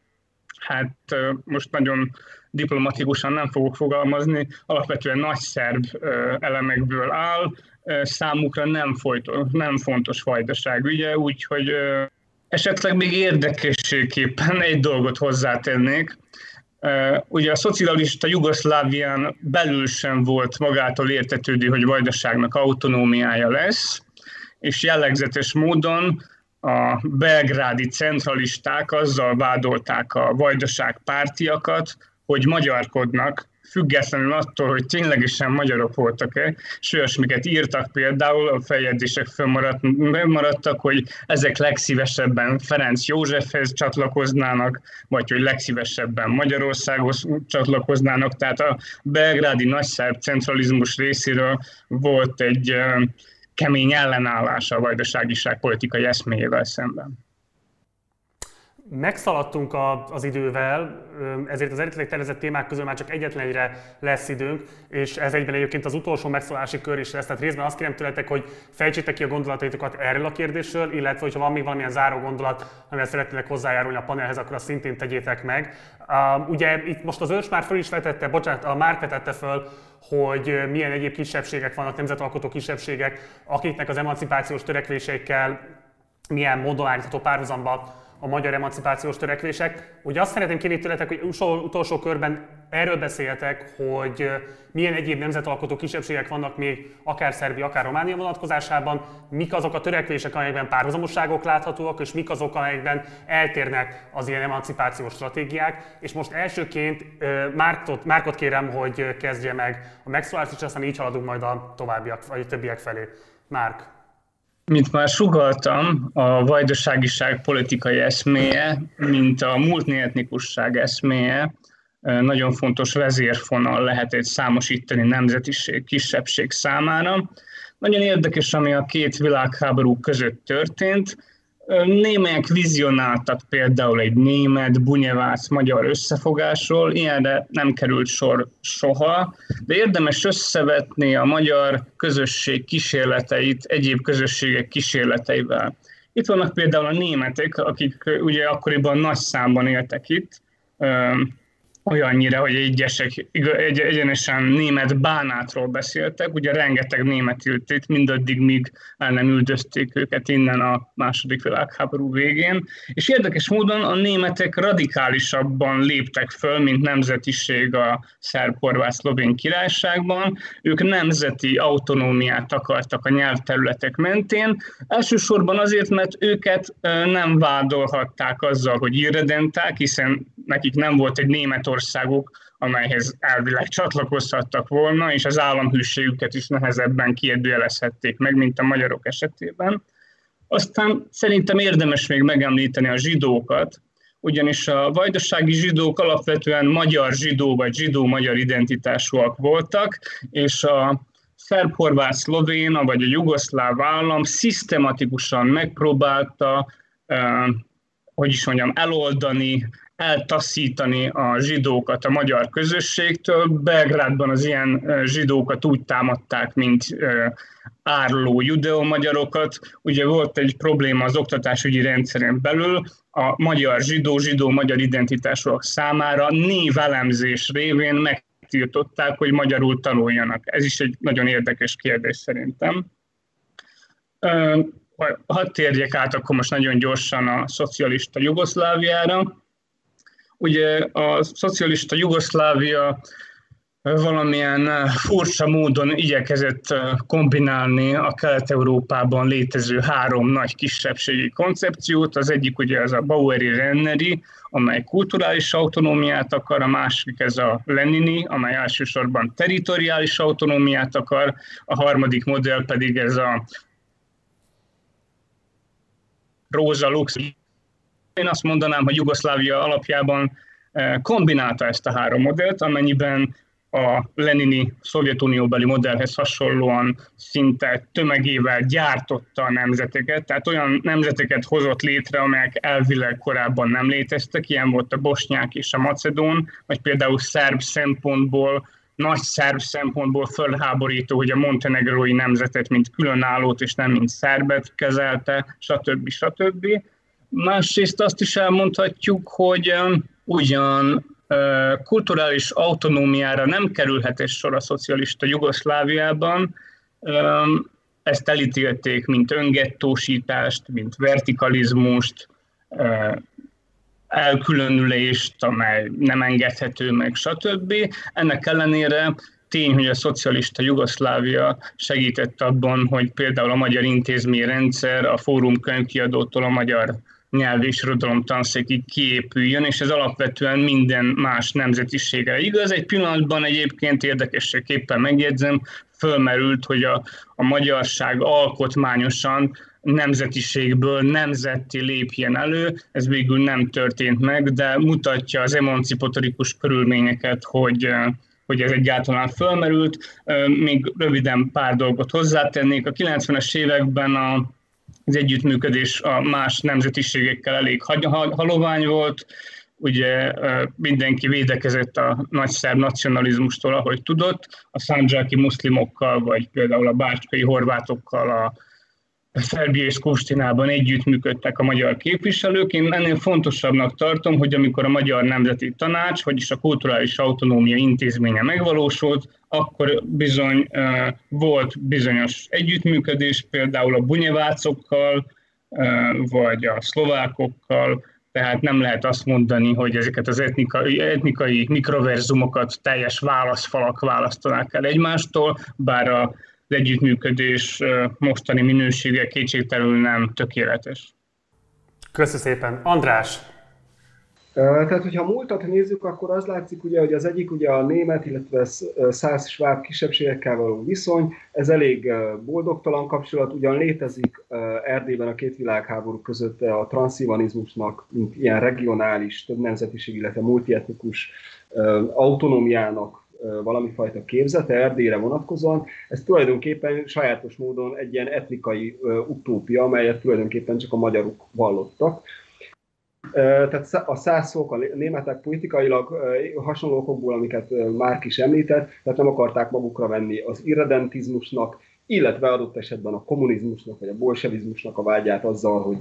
S4: hát most nagyon diplomatikusan nem fogok fogalmazni, alapvetően nagyszerb elemekből áll, számukra nem fontos Vajdaság ügye, úgyhogy esetleg még érdekességképpen egy dolgot hozzátennék. Ugye a szocialista Jugoszlávián belül sem volt magától értetődő, hogy Vajdaságnak autonómiája lesz, és jellegzetes módon a belgrádi centralisták azzal vádolták a Vajdaság pártiakat, hogy magyarkodnak, függetlenül attól, hogy ténylegesen magyarok voltak-e, és olyasmiket írtak például, a feljegyzések fönnmaradtak, hogy ezek legszívesebben Ferenc Józsefhez csatlakoznának, vagy hogy legszívesebben Magyarországhoz csatlakoznának. Tehát a belgrádi nagyszerb centralizmus részéről volt egy kemény ellenállás a vajdaságiság politikai eszméjével szemben.
S1: Megszaladtunk az idővel, ezért az eredetileg tervezett témák közül már csak egyetlen egyre lesz időnk, és ez egyben egyébként az utolsó megszólalási kör is lesz. Tehát részben azt kérem tőletek, hogy fejtsétek ki a gondolataitokat erről a kérdésről, illetve hogyha van még valamilyen záró gondolat, amivel szeretnének hozzájárulni a panelhez, akkor azt szintén tegyétek meg. Ugye itt most az Őrs már föl is vetette, a Márk vetette föl, hogy milyen egyéb kisebbségek vannak, nemzetalkotó kisebbségek, akiknek az emancipációs törekvéseikkel milyen módon állítható párhuzamba a magyar emancipációs törekvések. Ugye azt szeretném kérni tőletek, hogy utolsó körben erről beszéljetek, hogy milyen egyéb nemzetalkotó kisebbségek vannak még akár Szerbia, akár Románia vonatkozásában, mik azok a törekvések, amelyekben párhuzamosságok láthatóak, és mik azok, amelyekben eltérnek az ilyen emancipációs stratégiák. És most elsőként Márkot kérem, hogy kezdje meg a megszólalást, és aztán így haladunk majd a továbbiak, vagy a többiek felé. Márk.
S4: Mint már sugalltam, a vajdaságiság politikai eszméje, mint a multietnikusság eszméje, nagyon fontos vezérfonal lehet egy számosítani nemzetiség, kisebbség számára. Nagyon érdekes, ami a két világháború között történt. Némelyek vizionáltak például egy német, bunyevác, magyar összefogásról, ilyenre nem került sor soha, de érdemes összevetni a magyar közösség kísérleteit egyéb közösségek kísérleteivel. Itt vannak például a németek, akik ugye akkoriban nagy számban éltek itt, olyannyira, hogy egyesek egyenesen német bánátról beszéltek, ugye rengeteg német ült itt, mindaddig, míg el nem üldözték őket innen a második világháború végén. És érdekes módon a németek radikálisabban léptek föl, mint nemzetiség a szerb-horvát-szlovén királyságban. Ők nemzeti autonómiát akartak a nyelvterületek mentén, elsősorban azért, mert őket nem vádolhatták azzal, hogy irredenták, hiszen nekik nem volt egy Németországuk, amelyhez elvileg csatlakozhattak volna, és az államhűségüket is nehezebben kérdőjelezhették meg, mint a magyarok esetében. Aztán szerintem érdemes még megemlíteni a zsidókat, ugyanis a vajdasági zsidók alapvetően magyar zsidó vagy zsidó-magyar identitásúak voltak, és a szerb-horvát-szlovén vagy a jugoszláv állam szisztematikusan megpróbálta, eloldani, eltaszítani a zsidókat a magyar közösségtől. Belgrádban az ilyen zsidókat úgy támadták, mint áruló judeomagyarokat. Ugye volt egy probléma az oktatásügyi rendszeren belül, a magyar zsidó-magyar identitásúak számára névelemzés révén betiltották, hogy magyarul tanuljanak. Ez is egy nagyon érdekes kérdés szerintem. Hadd térjek át akkor most nagyon gyorsan a szocialista Jugoszláviára. Ugye a szocialista Jugoszlávia valamilyen furcsa módon igyekezett kombinálni a Kelet-Európában létező 3 nagy kisebbségi koncepciót. Az egyik ugye ez a Baueri-Renneri, amely kulturális autonómiát akar, a másik ez a Lenini, amely elsősorban territoriális autonómiát akar, a harmadik modell pedig ez a Rosa Lux. Én azt mondanám, hogy Jugoszlávia alapjában kombinálta ezt a 3 modellt, amennyiben a lenini Szovjetunióbeli modellhez hasonlóan szinte tömegével gyártotta a nemzeteket, tehát olyan nemzeteket hozott létre, amelyek elvileg korábban nem léteztek, ilyen volt a bosnyák és a macedón, vagy például nagy szerb szempontból fölháborító, hogy a montenegrói nemzetet mint különállót és nem mint szerbet kezelte, stb. Másrészt azt is elmondhatjuk, hogy ugyan kulturális autonómiára nem kerülhet sor a szocialista Jugoszláviában, ezt elítélték, mint öngettósítást, mint vertikalizmust, elkülönülést, amely nem engedhető meg, stb. Ennek ellenére tény, hogy a szocialista Jugoszlávia segített abban, hogy például a magyar intézményrendszer a Fórum könyvkiadótól a magyar nyelv és irodalom tanszékig kiépüljön, és ez alapvetően minden más nemzetiségre igaz. Egy pillanatban egyébként érdekességképpen megjegyzem, fölmerült, hogy a magyarság alkotmányosan nemzetiségből nemzetté lépjen elő, ez végül nem történt meg, de mutatja az emancipatorikus körülményeket, hogy ez egyáltalán fölmerült. Még röviden pár dolgot hozzátennék. A 90-es években az együttműködés a más nemzetiségekkel elég halovány volt, ugye mindenki védekezett a nagyszerb nacionalizmustól, ahogy tudott, a szandzsáki muszlimokkal, vagy például a bácskai horvátokkal a Szerbia és Kustinában együttműködtek a magyar képviselők. Én ennél fontosabbnak tartom, hogy amikor a Magyar Nemzeti Tanács, vagyis a Kulturális Autonómia Intézménye megvalósult, akkor bizony volt bizonyos együttműködés, például a bunyevácokkal, vagy a szlovákokkal, tehát nem lehet azt mondani, hogy ezeket az etnikai mikroverzumokat teljes válaszfalak választanák el egymástól, bár az együttműködés mostani minősége kétségtelenül nem tökéletes.
S1: Köszönöm szépen. András!
S3: Tehát, hogyha a múltat nézzük, akkor az látszik, ugye, hogy az egyik ugye a német, illetve szász-sváb kisebbségekkel való viszony, ez elég boldogtalan kapcsolat, ugyan létezik Erdélyben a 2 világháború között a transzilvanizmusnak, mint ilyen regionális, több nemzetiség, illetve multietnikus autonómiának valami fajta képzete Erdélyre vonatkozóan. Ez tulajdonképpen sajátos módon egy ilyen etnikai utópia, amelyet tulajdonképpen csak a magyarok vallottak. Tehát a szászok, a németek politikailag hasonló okokból, amiket Márk is említett, tehát nem akarták magukra venni az irredentizmusnak, illetve adott esetben a kommunizmusnak, vagy a bolsevizmusnak a vágyát azzal,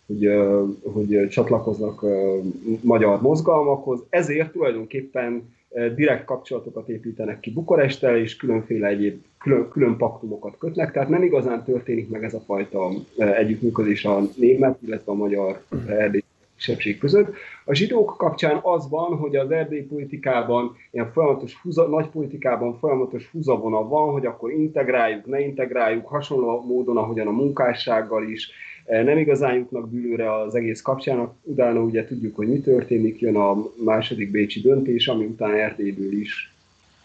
S3: hogy csatlakoznak magyar mozgalmakhoz. Ezért tulajdonképpen direkt kapcsolatokat építenek ki Bukaresttel, és különféle egyéb külön paktumokat kötnek, tehát nem igazán történik meg ez a fajta együttműködés a német, illetve a magyar erdélyi kisebbség között. A zsidók kapcsán az van, hogy az erdélyi politikában, ilyen nagy politikában folyamatos húzavona van, hogy akkor integráljuk, ne integráljuk, hasonló módon, ahogyan a munkássággal is, nem igazán jutnak dűlőre az egész kapcsán, utána ugye tudjuk, hogy mi történik, jön a második bécsi döntés, ami után Erdélyből is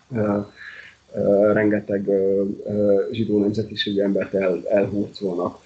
S3: rengeteg zsidó nemzetiségű embert elhurcolnak.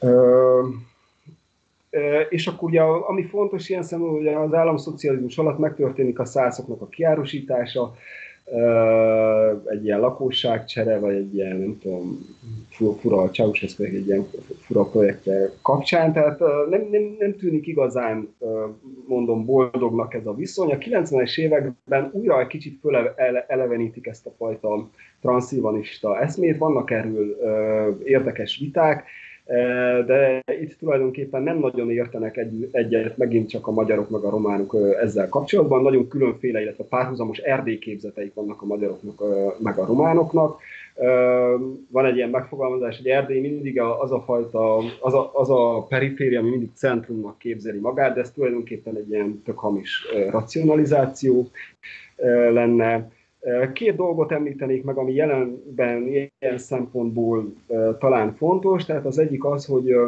S3: És akkor ugye, ami fontos ilyen szempontból, hogy az államszocializmus alatt megtörténik a szászoknak a kiárusítása, egy ilyen lakosságcsere, vagy egy ilyen, nem tudom, fura Ceausescu egy ilyen fura projektje kapcsán, tehát nem tűnik igazán, mondom, boldognak ez a viszony. A 90-es években újra egy kicsit elevenítik ezt a fajta transzilvanista eszmét, vannak erről érdekes viták. De itt tulajdonképpen nem nagyon értenek egyet megint csak a magyarok meg a románok ezzel kapcsolatban. Nagyon különféle, illetve párhuzamos erdélyképzeteik vannak a magyaroknak meg a románoknak. Van egy ilyen megfogalmazás, hogy Erdély mindig az a periféria, ami mindig centrumnak képzeli magát, de ez tulajdonképpen egy ilyen tök hamis racionalizáció lenne. Két dolgot említenék meg, ami jelenben ilyen szempontból talán fontos. Tehát az egyik az,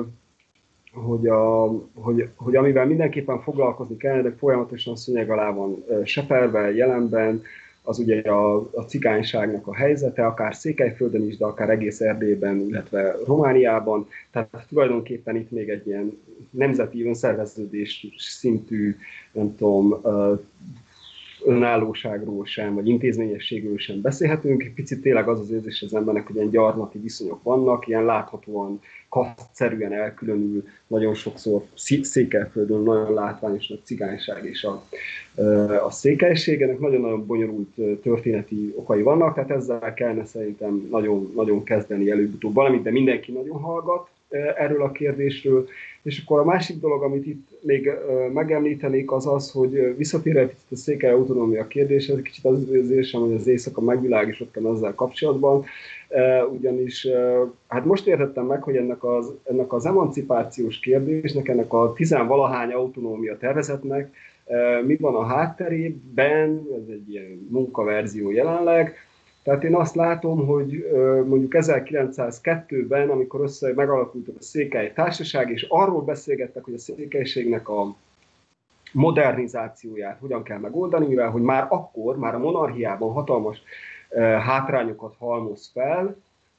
S3: hogy amivel mindenképpen foglalkozni kellene, de folyamatosan szőnyeg alá van seperve jelenben, az ugye a cigányságnak a helyzete, akár Székelyföldön is, de akár egész Erdélyben, illetve Romániában. Tehát tulajdonképpen itt még egy ilyen nemzeti önszerveződés szintű, nem tudom, önállóságról sem, vagy intézményességről sem beszélhetünk. Picit tényleg az érzés az embernek, hogy ilyen gyarmati viszonyok vannak, ilyen láthatóan kasztszerűen elkülönül nagyon sokszor Székelyföldön nagyon látványos a cigányság és a székelység. Ennek nagyon-nagyon bonyolult történeti okai vannak, tehát ezzel kellene szerintem nagyon, nagyon kezdeni előbb-utóbb valamit, de mindenki nagyon hallgat erről a kérdésről. És akkor a másik dolog, amit itt még megemlítenék, az az, hogy visszatérve egy picit a székely autonómia kérdéshez, kicsit az érzésem, hogy az éjszaka megvilágosodtam ezzel kapcsolatban, ugyanis hát most értettem meg, hogy ennek az emancipációs kérdésnek, ennek a tizenvalahány autonómia tervezetnek mi van a hátterében, ez egy ilyen munkaverzió jelenleg. Tehát én azt látom, hogy mondjuk 1902-ben, amikor megalakult a Székely Társaság, és arról beszélgettek, hogy a székelységnek a modernizációját hogyan kell megoldani, mivel hogy már akkor, már a monarchiában hatalmas hátrányokat halmoz fel,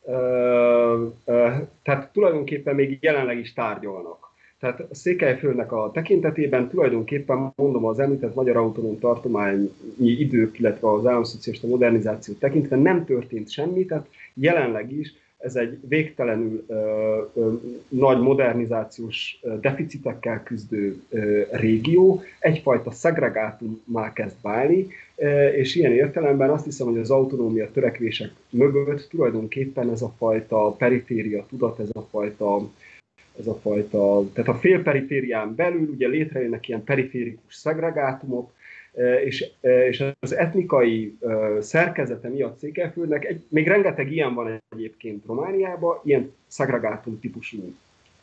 S3: tehát tulajdonképpen még jelenleg is tárgyalnak. Tehát a Székelyföldnek a tekintetében tulajdonképpen, mondom, az említett magyar autonóm tartományi idők, illetve az államszocialista modernizáció tekintve nem történt semmi, tehát jelenleg is ez egy végtelenül nagy modernizációs deficitekkel küzdő régió, egyfajta szegregátummá kezd válni, és ilyen értelemben azt hiszem, hogy az autonómia törekvések mögött tulajdonképpen ez a fajta periféria tudat, ez a fajta, tehát a félperiférián belül ugye létrejönnek ilyen periférikus szegregátumok, és az etnikai szerkezete miatt Székelyföldnek, még rengeteg ilyen van egyébként Romániában, ilyen szegregátum típusú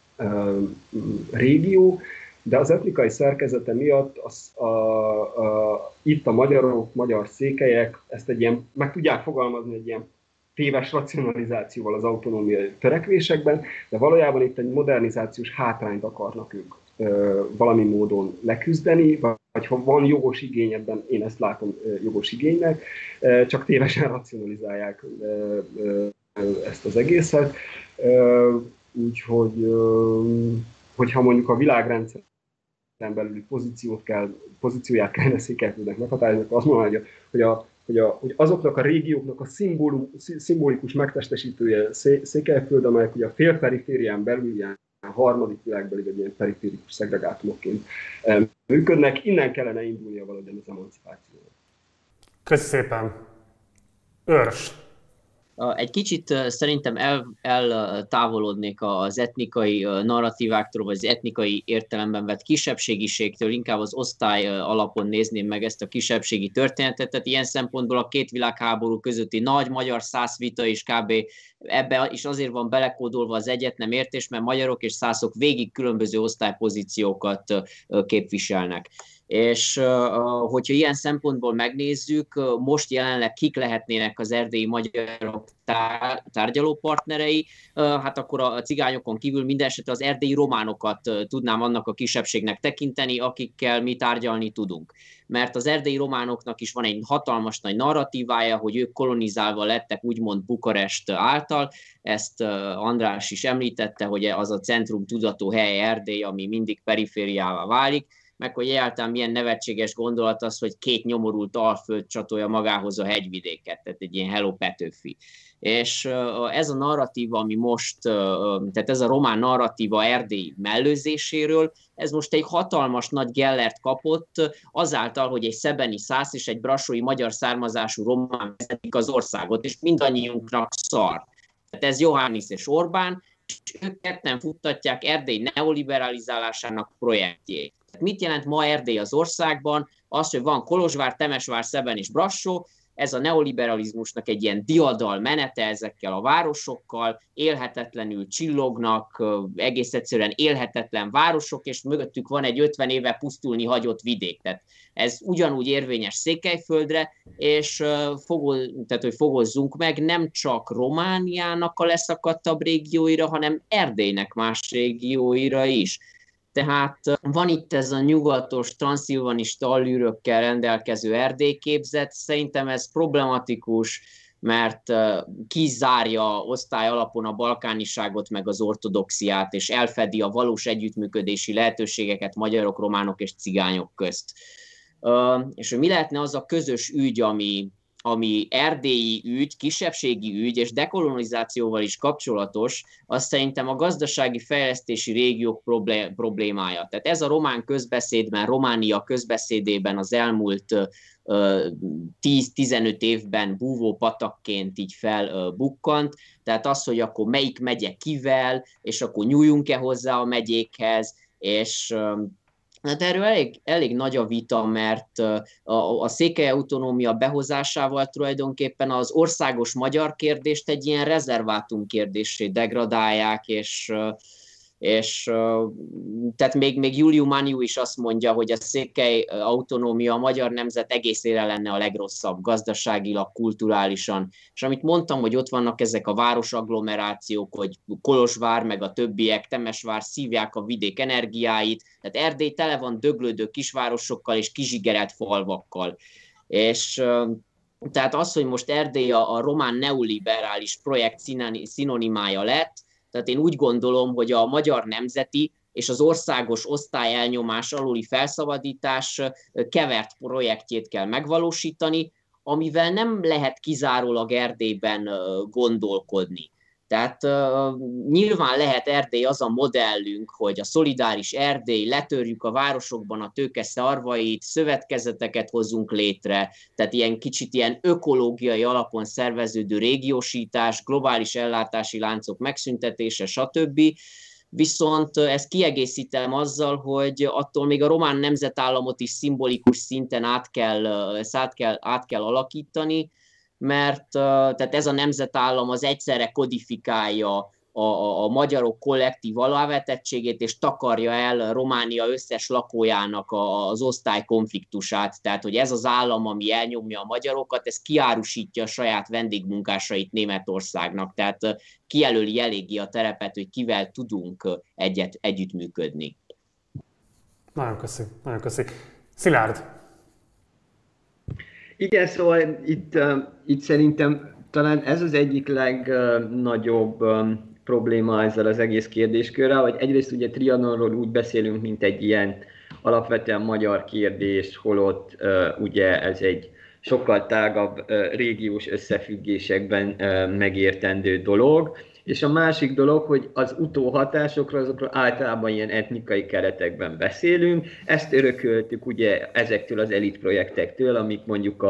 S3: régió, de az etnikai szerkezete miatt itt a magyarok, magyar székelyek ezt egy ilyen, meg tudják fogalmazni egy ilyen téves racionalizációval az autonómiai törekvésekben, de valójában itt egy modernizációs hátrányt akarnak ők valami módon leküzdeni, vagy ha van jogos igény, ebben én ezt látom jogos igénynek, csak tévesen racionalizálják ezt az egészet. Úgyhogy, hogyha mondjuk a világrendszer belüli pozícióját kellene Székelyföldnek meghatározni, azt mondom, hogy azoknak a régióknak a szimbolikus megtestesítője Székelyföld, amelyek ugye a félperiférián belül ilyen harmadik világbeli, vagy ilyen periférikus szegregátumokként működnek, innen kellene indulnia valahogyan az emancipációnak.
S1: Köszönöm szépen. Őrs.
S2: Egy kicsit szerintem eltávolodnék az etnikai narratíváktól, vagy az etnikai értelemben vett kisebbségiségtől, inkább az osztály alapon nézném meg ezt a kisebbségi történetet. Tehát ilyen szempontból a két világháború közötti nagy magyar-szász vita is kb. Ebbe is azért van belekódolva az egyetlen értés, mert magyarok és szászok végig különböző osztálypozíciókat képviselnek. És hogyha ilyen szempontból megnézzük, most jelenleg kik lehetnének az erdélyi magyarok tárgyalópartnerei, hát akkor a cigányokon kívül mindenesetre az erdélyi románokat tudnám annak a kisebbségnek tekinteni, akikkel mi tárgyalni tudunk. Mert az erdélyi románoknak is van egy hatalmas nagy narratívája, hogy ők kolonizálva lettek úgymond Bukarest által, ezt András is említette, hogy az a centrum tudatú hely Erdély, ami mindig perifériává válik, meg hogy egyáltalán milyen nevetséges gondolat az, hogy két nyomorult alföld csatolja magához a hegyvidéket, tehát egy ilyen Hello Petőfi. És ez a narratíva, ami most, tehát ez a román narratíva Erdély mellőzéséről, ez most egy hatalmas nagy gellert kapott azáltal, hogy egy szebeni szász és egy brassói magyar származású román vezetik az országot, és mindannyiunknak szar. Tehát ez Johannis és Orbán, ők ketten futtatják Erdély neoliberalizálásának projektjét. Mit jelent ma Erdély az országban? Az, hogy van Kolozsvár, Temesvár, Szeben és Brassó, ez a neoliberalizmusnak egy ilyen diadal menete ezekkel a városokkal, élhetetlenül csillognak, egész egyszerűen élhetetlen városok, és mögöttük van egy 50 éve pusztulni hagyott vidék. Tehát ez ugyanúgy érvényes Székelyföldre, és tehát, hogy fogozzunk meg, nem csak Romániának a leszakadtabb régióira, hanem Erdélynek más régióira is. Tehát van itt ez a nyugatos, transzilvanista allűrökkel rendelkező Erdélyképzet, szerintem ez problematikus, mert kizárja osztály alapon a balkániságot meg az ortodoxiát, és elfedi a valós együttműködési lehetőségeket magyarok, románok és cigányok közt. És hogy mi lehetne az a közös ügy, ami erdélyi ügy, kisebbségi ügy és dekolonizációval is kapcsolatos, az szerintem a gazdasági fejlesztési régiók problémája. Tehát ez a román közbeszédben, Románia közbeszédében az elmúlt 10-15 évben búvó patakként így felbukkant, tehát az, hogy akkor melyik megye kivel, és akkor nyúljunk-e hozzá a megyékhez, és hát erről elég nagy a vita, mert a székely autonómia behozásával tulajdonképpen az országos magyar kérdést egy ilyen rezervátum kérdéssé degradálják, és tehát még Iuliu Maniu is azt mondja, hogy a székely autonómia a magyar nemzet egészére lenne a legrosszabb gazdaságilag, kulturálisan. És amit mondtam, hogy ott vannak ezek a városagglomerációk, hogy Kolozsvár meg a többiek, Temesvár szívják a vidék energiáit, tehát Erdély tele van döglődő kisvárosokkal és kizsigerelt falvakkal. És tehát az, hogy most Erdély a román neoliberális projekt szinonimája lett, tehát én úgy gondolom, hogy a magyar nemzeti és az országos osztályelnyomás aluli felszabadítás kevert projektjét kell megvalósítani, amivel nem lehet kizárólag Erdélyben gondolkodni. Tehát nyilván lehet Erdély az a modellünk, hogy a szolidáris Erdély, letörjük a városokban a tőke szarvait, szövetkezeteket hozzunk létre, tehát ilyen kicsit ilyen ökológiai alapon szerveződő régiósítás, globális ellátási láncok megszüntetése, stb. Viszont ezt kiegészítem azzal, hogy attól még a román nemzetállamot is szimbolikus szinten át kell alakítani, mert tehát ez a nemzetállam az egyszerre kodifikálja a magyarok kollektív alávetettségét, és takarja el Románia összes lakójának az osztálykonfliktusát. Tehát, hogy ez az állam, ami elnyomja a magyarokat, ez kiárusítja a saját vendégmunkásait Németországnak. Tehát kijelöli eléggé a terepet, hogy kivel tudunk együttműködni.
S1: Nagyon köszi. Szilárd!
S5: Igen, szóval itt szerintem talán ez az egyik legnagyobb probléma ezzel az egész kérdéskörrel, hogy egyrészt ugye Trianonról úgy beszélünk, mint egy ilyen alapvetően magyar kérdés, holott ugye ez egy sokkal tágabb régiós összefüggésekben megértendő dolog. És a másik dolog, hogy az utóhatásokról, azokról általában ilyen etnikai keretekben beszélünk. Ezt örököltük ugye ezektől az elit projektektől, amik mondjuk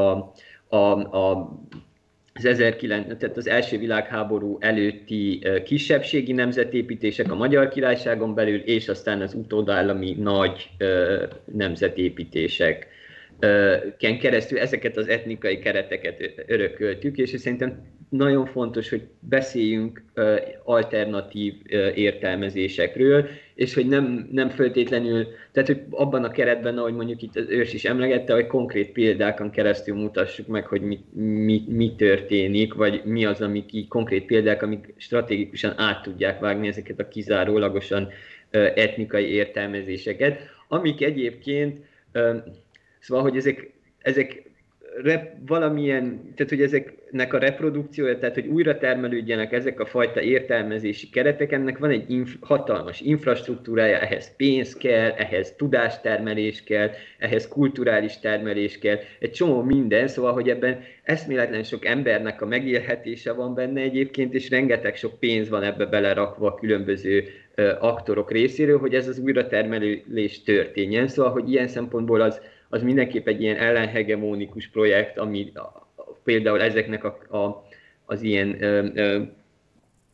S5: tehát az első világháború előtti kisebbségi nemzetépítések a Magyar Királyságon belül, és aztán az utódállami nagy nemzetépítések keresztül ezeket az etnikai kereteket örököltük, és szerintem nagyon fontos, hogy beszéljünk alternatív értelmezésekről, és hogy nem feltétlenül, tehát hogy abban a keretben, ahogy mondjuk itt az Őrs is emlegette, hogy konkrét példákon keresztül mutassuk meg, hogy mi történik, vagy mi az, amik így konkrét példák, amik stratégikusan át tudják vágni ezeket a kizárólagosan etnikai értelmezéseket, amik egyébként szóval, hogy ezek valamilyen, tehát hogy ezeknek a reprodukciója, tehát hogy újra termelődjenek ezek a fajta értelmezési keretek, ennek van egy hatalmas infrastruktúrája, ehhez pénz kell, ehhez tudástermelés kell, ehhez kulturális termelés kell, egy csomó minden, szóval, hogy ebben eszméletlen sok embernek a megélhetése van benne egyébként, és rengeteg sok pénz van ebbe belerakva a különböző aktorok részéről, hogy ez az újratermelés történjen, szóval, hogy ilyen szempontból az mindenképp egy ilyen ellenhegemonikus projekt, ami például ezeknek az ilyen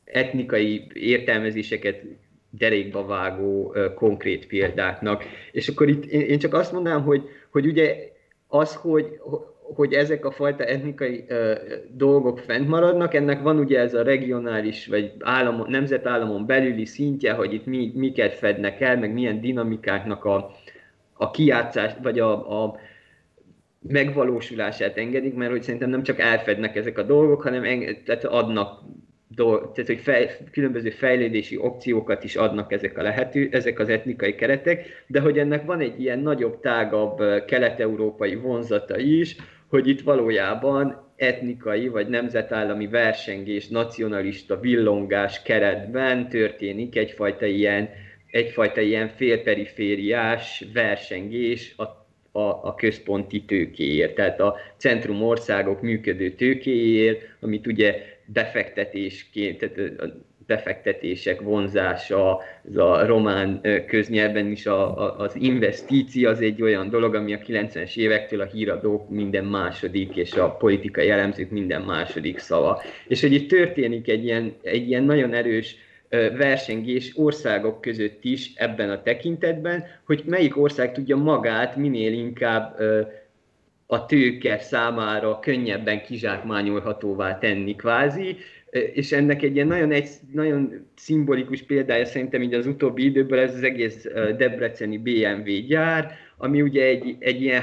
S5: etnikai értelmezéseket derékba vágó konkrét példáknak. És akkor itt én csak azt mondanám, hogy ugye az, hogy ezek a fajta etnikai dolgok fent maradnak, ennek van ugye ez a regionális vagy nemzetállamon belüli szintje, hogy itt miket fednek el, meg milyen dinamikáknak a kijátszás, vagy a megvalósulását engedik, mert hogy szerintem nem csak elfednek ezek a dolgok, hanem tehát adnak tehát, hogy különböző fejlődési opciókat is adnak ezek az etnikai keretek, de hogy ennek van egy ilyen nagyobb, tágabb kelet-európai vonzata is, hogy itt valójában etnikai vagy nemzetállami versengés, nacionalista villongás keretben történik egyfajta ilyen félperifériás versengés a központi tőkéért, tehát a centrum országok működő tőkéért, amit ugye befektetésként, tehát a befektetések vonzása, az a román köznyelven is az investíció az egy olyan dolog, ami a 90-es évektől a híradók minden második, és a politikai elemzők minden második szava. És hogy itt történik egy ilyen nagyon erős versengés országok között is ebben a tekintetben, hogy melyik ország tudja magát minél inkább a tőke számára könnyebben kizsákmányolhatóvá tenni kvázi, és ennek egy ilyen nagyon szimbolikus példája szerintem így az utóbbi időből ez az egész debreceni BMW gyár, ami ugye egy ilyen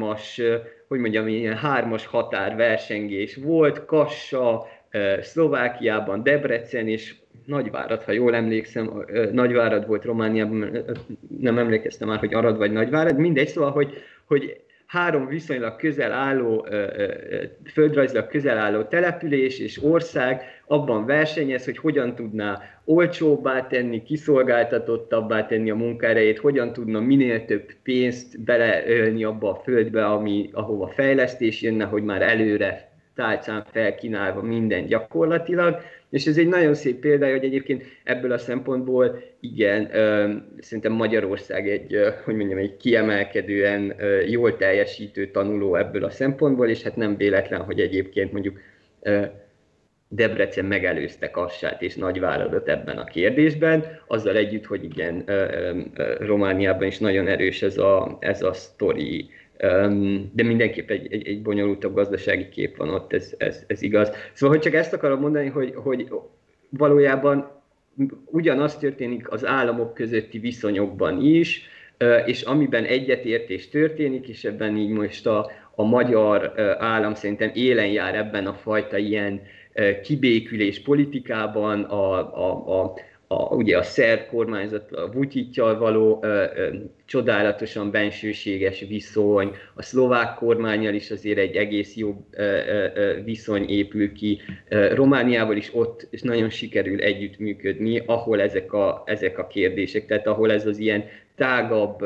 S5: hármas határversengés volt, Kassa, Szlovákiában, Debrecen és Nagyvárad, ha jól emlékszem, Nagyvárad volt Romániában, nem emlékeztem már, hogy Arad vagy Nagyvárad, mindegy, szóval, hogy három viszonylag közel álló, földrajzilag közel álló település és ország abban versenyez, hogy hogyan tudná olcsóbbá tenni, kiszolgáltatottabbá tenni a munkaerejét, hogyan tudna minél több pénzt beleölni abba a földbe, ahova fejlesztés jönne, hogy már előre tálcán felkínálva minden gyakorlatilag. És ez egy nagyon szép példa, hogy egyébként ebből a szempontból igen, szerintem Magyarország egy kiemelkedően jól teljesítő tanuló ebből a szempontból, és hát nem véletlen, hogy egyébként mondjuk Debrecen megelőzte Kassát és Nagyváradot ebben a kérdésben, azzal együtt, hogy igen, Romániában is nagyon erős ez a sztori, de mindenképp egy bonyolultabb gazdasági kép van ott, ez igaz. Szóval, hogy csak ezt akarom mondani, hogy valójában ugyanaz történik az államok közötti viszonyokban is, és amiben egyetértés történik, és ebben így most a magyar állam szerintem élen jár ebben a fajta ilyen kibékülés politikában, ugye a szerb kormányzat, a Vučićsal való csodálatosan bensőséges viszony, a szlovák kormánnyal is azért egy egész jó viszony épül ki, Romániával is ott és nagyon sikerül együttműködni, ahol ezek a kérdések, tehát ahol ez az ilyen tágabb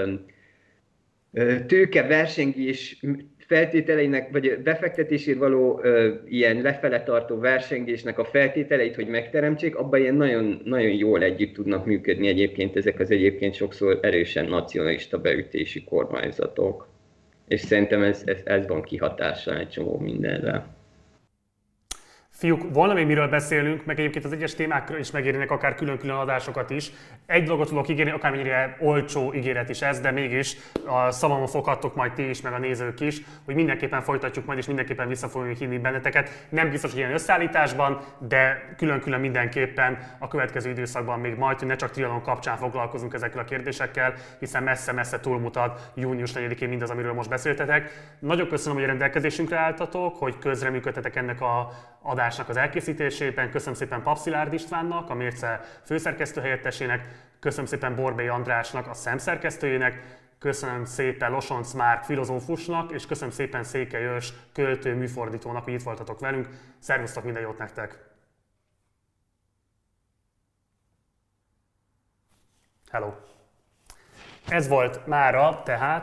S5: tőkeversengés feltételeinek, vagy befektetésért való ilyen lefele tartó versengésnek a feltételeit, hogy megteremtsék, abban ilyen nagyon, nagyon jól együtt tudnak működni egyébként ezek az egyébként sokszor erősen nacionalista beütési kormányzatok. És szerintem ez van kihatással egy csomó mindenre.
S1: Fiúk, volna még miről beszélnünk, meg egyébként az egyes témákról is megérnének akár külön-külön adásokat is. Egy dolgot tudok ígérni, akármennyire olcsó ígéret is ez, de mégis a szavamon foghattok majd ti is, meg a nézők is, hogy mindenképpen folytatjuk majd, és mindenképpen vissza fogjuk hívni benneteket. Nem biztos, hogy ilyen összeállításban, de külön-külön mindenképpen a következő időszakban még majd, hogy ne csak triatlon kapcsán foglalkozunk ezekkel a kérdésekkel, hiszen messze-messze túlmutat június 4-én mindaz, amiről most beszéltetek. Nagyon köszönöm, hogy rendelkezésünkre álltatok, hogy közreműködtetek ennek a adásnak az elkészítésében. Köszönöm szépen Pap Szilárd Istvánnak, a Mérce főszerkesztő helyettesének, köszönöm szépen Borbély Andrásnak, a szemszerkesztőjének, köszönöm szépen Losonc Márk filozófusnak, és köszönöm szépen Székely Őrs költő műfordítónak, hogy itt voltatok velünk. Szervusztok, minden jót nektek! Hello! Ez volt mára tehát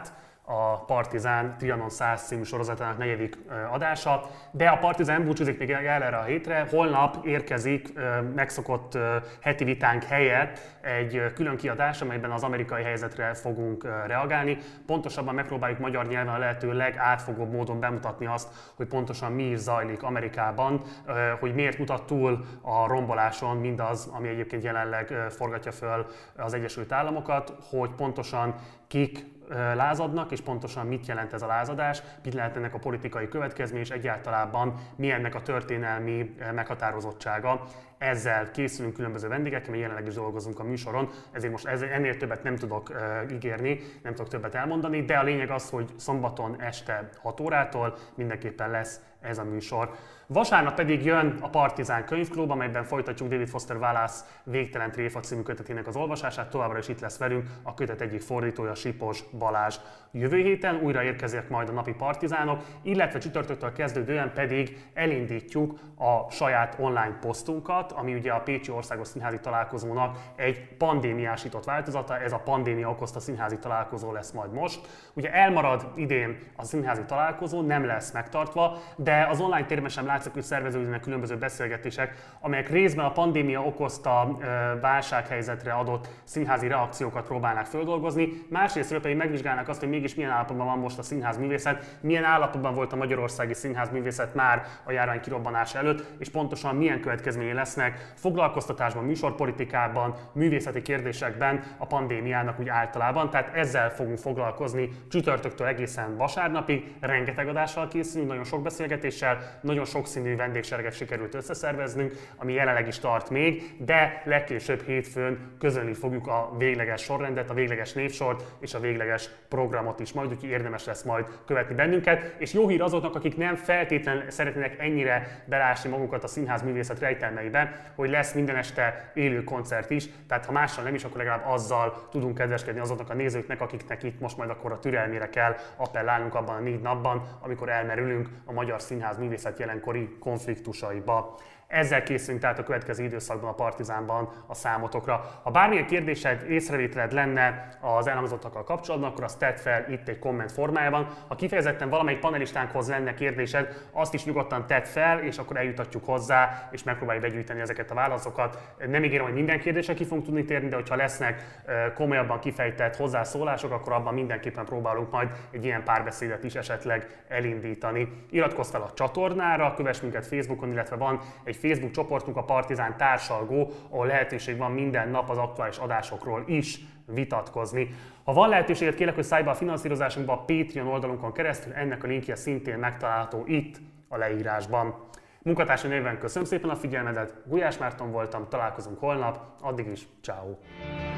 S1: a Partizán Trianon 100 című sorozatának 4. adása, de a Partizán nem búcsúzik még el erre a hétre. Holnap érkezik megszokott heti vitánk helyett egy külön kiadás, amelyben az amerikai helyzetre fogunk reagálni. Pontosabban megpróbáljuk magyar nyelven a lehető legátfogóbb módon bemutatni azt, hogy pontosan mi is zajlik Amerikában, hogy miért mutat túl a romboláson mindaz, ami egyébként jelenleg forgatja föl az Egyesült Államokat, hogy pontosan kik lázadnak, és pontosan mit jelent ez a lázadás, mit lehet ennek a politikai következmény, és egyáltalán mi ennek a történelmi meghatározottsága. Ezzel készülünk különböző vendégekkel, mi jelenleg is dolgozunk a műsoron, ezért most ennél többet nem tudok ígérni, nem tudok többet elmondani, de a lényeg az, hogy szombaton este 6 órától mindenképpen lesz ez a műsor. Vasárnap pedig jön a Partizán könyvklub, amelyben folytatjuk David Foster Wallace Végtelen tréfa című kötetének az olvasását. Továbbra is itt lesz velünk a kötet egyik fordítója, Sipos Balázs. Jövő héten újra érkeznek majd a napi partizánok, illetve csütörtöktől kezdődően pedig elindítjuk a saját online posztunkat, ami ugye a Pécsi Országos Színházi Találkozónak egy pandémiásított változata, ez a pandémia okozta színházi találkozó lesz majd most. Ugye elmarad idén a színházi találkozó, nem lesz megtartva, de az online térben sem látszik, hogy szerveződnek különböző beszélgetések, amelyek részben a pandémia okozta válsághelyzetre adott színházi reakciókat próbálnak földolgozni, másrésztről pedig megvizsgálnak azt, hogy mégis milyen állapotban van most a színházművészet, milyen állapotban volt a magyarországi színházművészet már a járvány kirobbanása előtt, és pontosan milyen következményei lesznek foglalkoztatásban, műsorpolitikában, művészeti kérdésekben a pandémiának úgy általában. Tehát ezzel fogunk foglalkozni csütörtöktől egészen vasárnapig, rengeteg adással készülünk, nagyon sok beszélgetéssel, nagyon sokszínű vendégsereget sikerült összeszerveznünk, ami jelenleg is tart még, de legkésőbb hétfőn közölni fogjuk a végleges sorrendet, a végleges névsort és a végleges programot is majd, úgyhogy érdemes lesz majd követni bennünket. És jó hír azoknak, akik nem feltétlenül szeretnének ennyire belásni magukat a színházművészet rejtelmeibe, hogy lesz minden este élő koncert is, tehát ha mással nem is, akkor legalább azzal tudunk kedveskedni azoknak a nézőknek, akiknek itt most majd akkor a türelmére kell appellálnunk abban a 4 napban, amikor elmerülünk a magyar színház művészet jelenkori konfliktusaiba. Ezzel készülünk tehát a következő időszakban a Partizánban a számotokra. Ha bármilyen kérdésed, észrevételed lenne az elhangzottakkal kapcsolatban, akkor azt tedd fel itt egy komment formájában. Ha kifejezetten valamelyik panelistánkhoz lenne kérdésed, azt is nyugodtan tedd fel, és akkor eljutatjuk hozzá, és megpróbáljuk begyűjteni ezeket a válaszokat. Nem ígérem, hogy minden kérdésre ki fogunk tudni térni, de hogyha lesznek komolyabban kifejtett hozzászólások, akkor abban mindenképpen próbálunk majd egy ilyen párbeszédet is esetleg elindítani. Iratkozz fel a csatornára, kövess minket Facebookon, illetve van egy Facebook csoportunk, a Partizán társalgó, ahol lehetőség van minden nap az aktuális adásokról is vitatkozni. Ha van lehetőséget, kérlek, hogy szállj be a finanszírozásunkba a Patreon oldalunkon keresztül, ennek a linkje szintén megtalálható itt a leírásban. Munkatársai néven köszönöm szépen a figyelmedet, Gulyás Márton voltam, találkozunk holnap, addig is, ciao.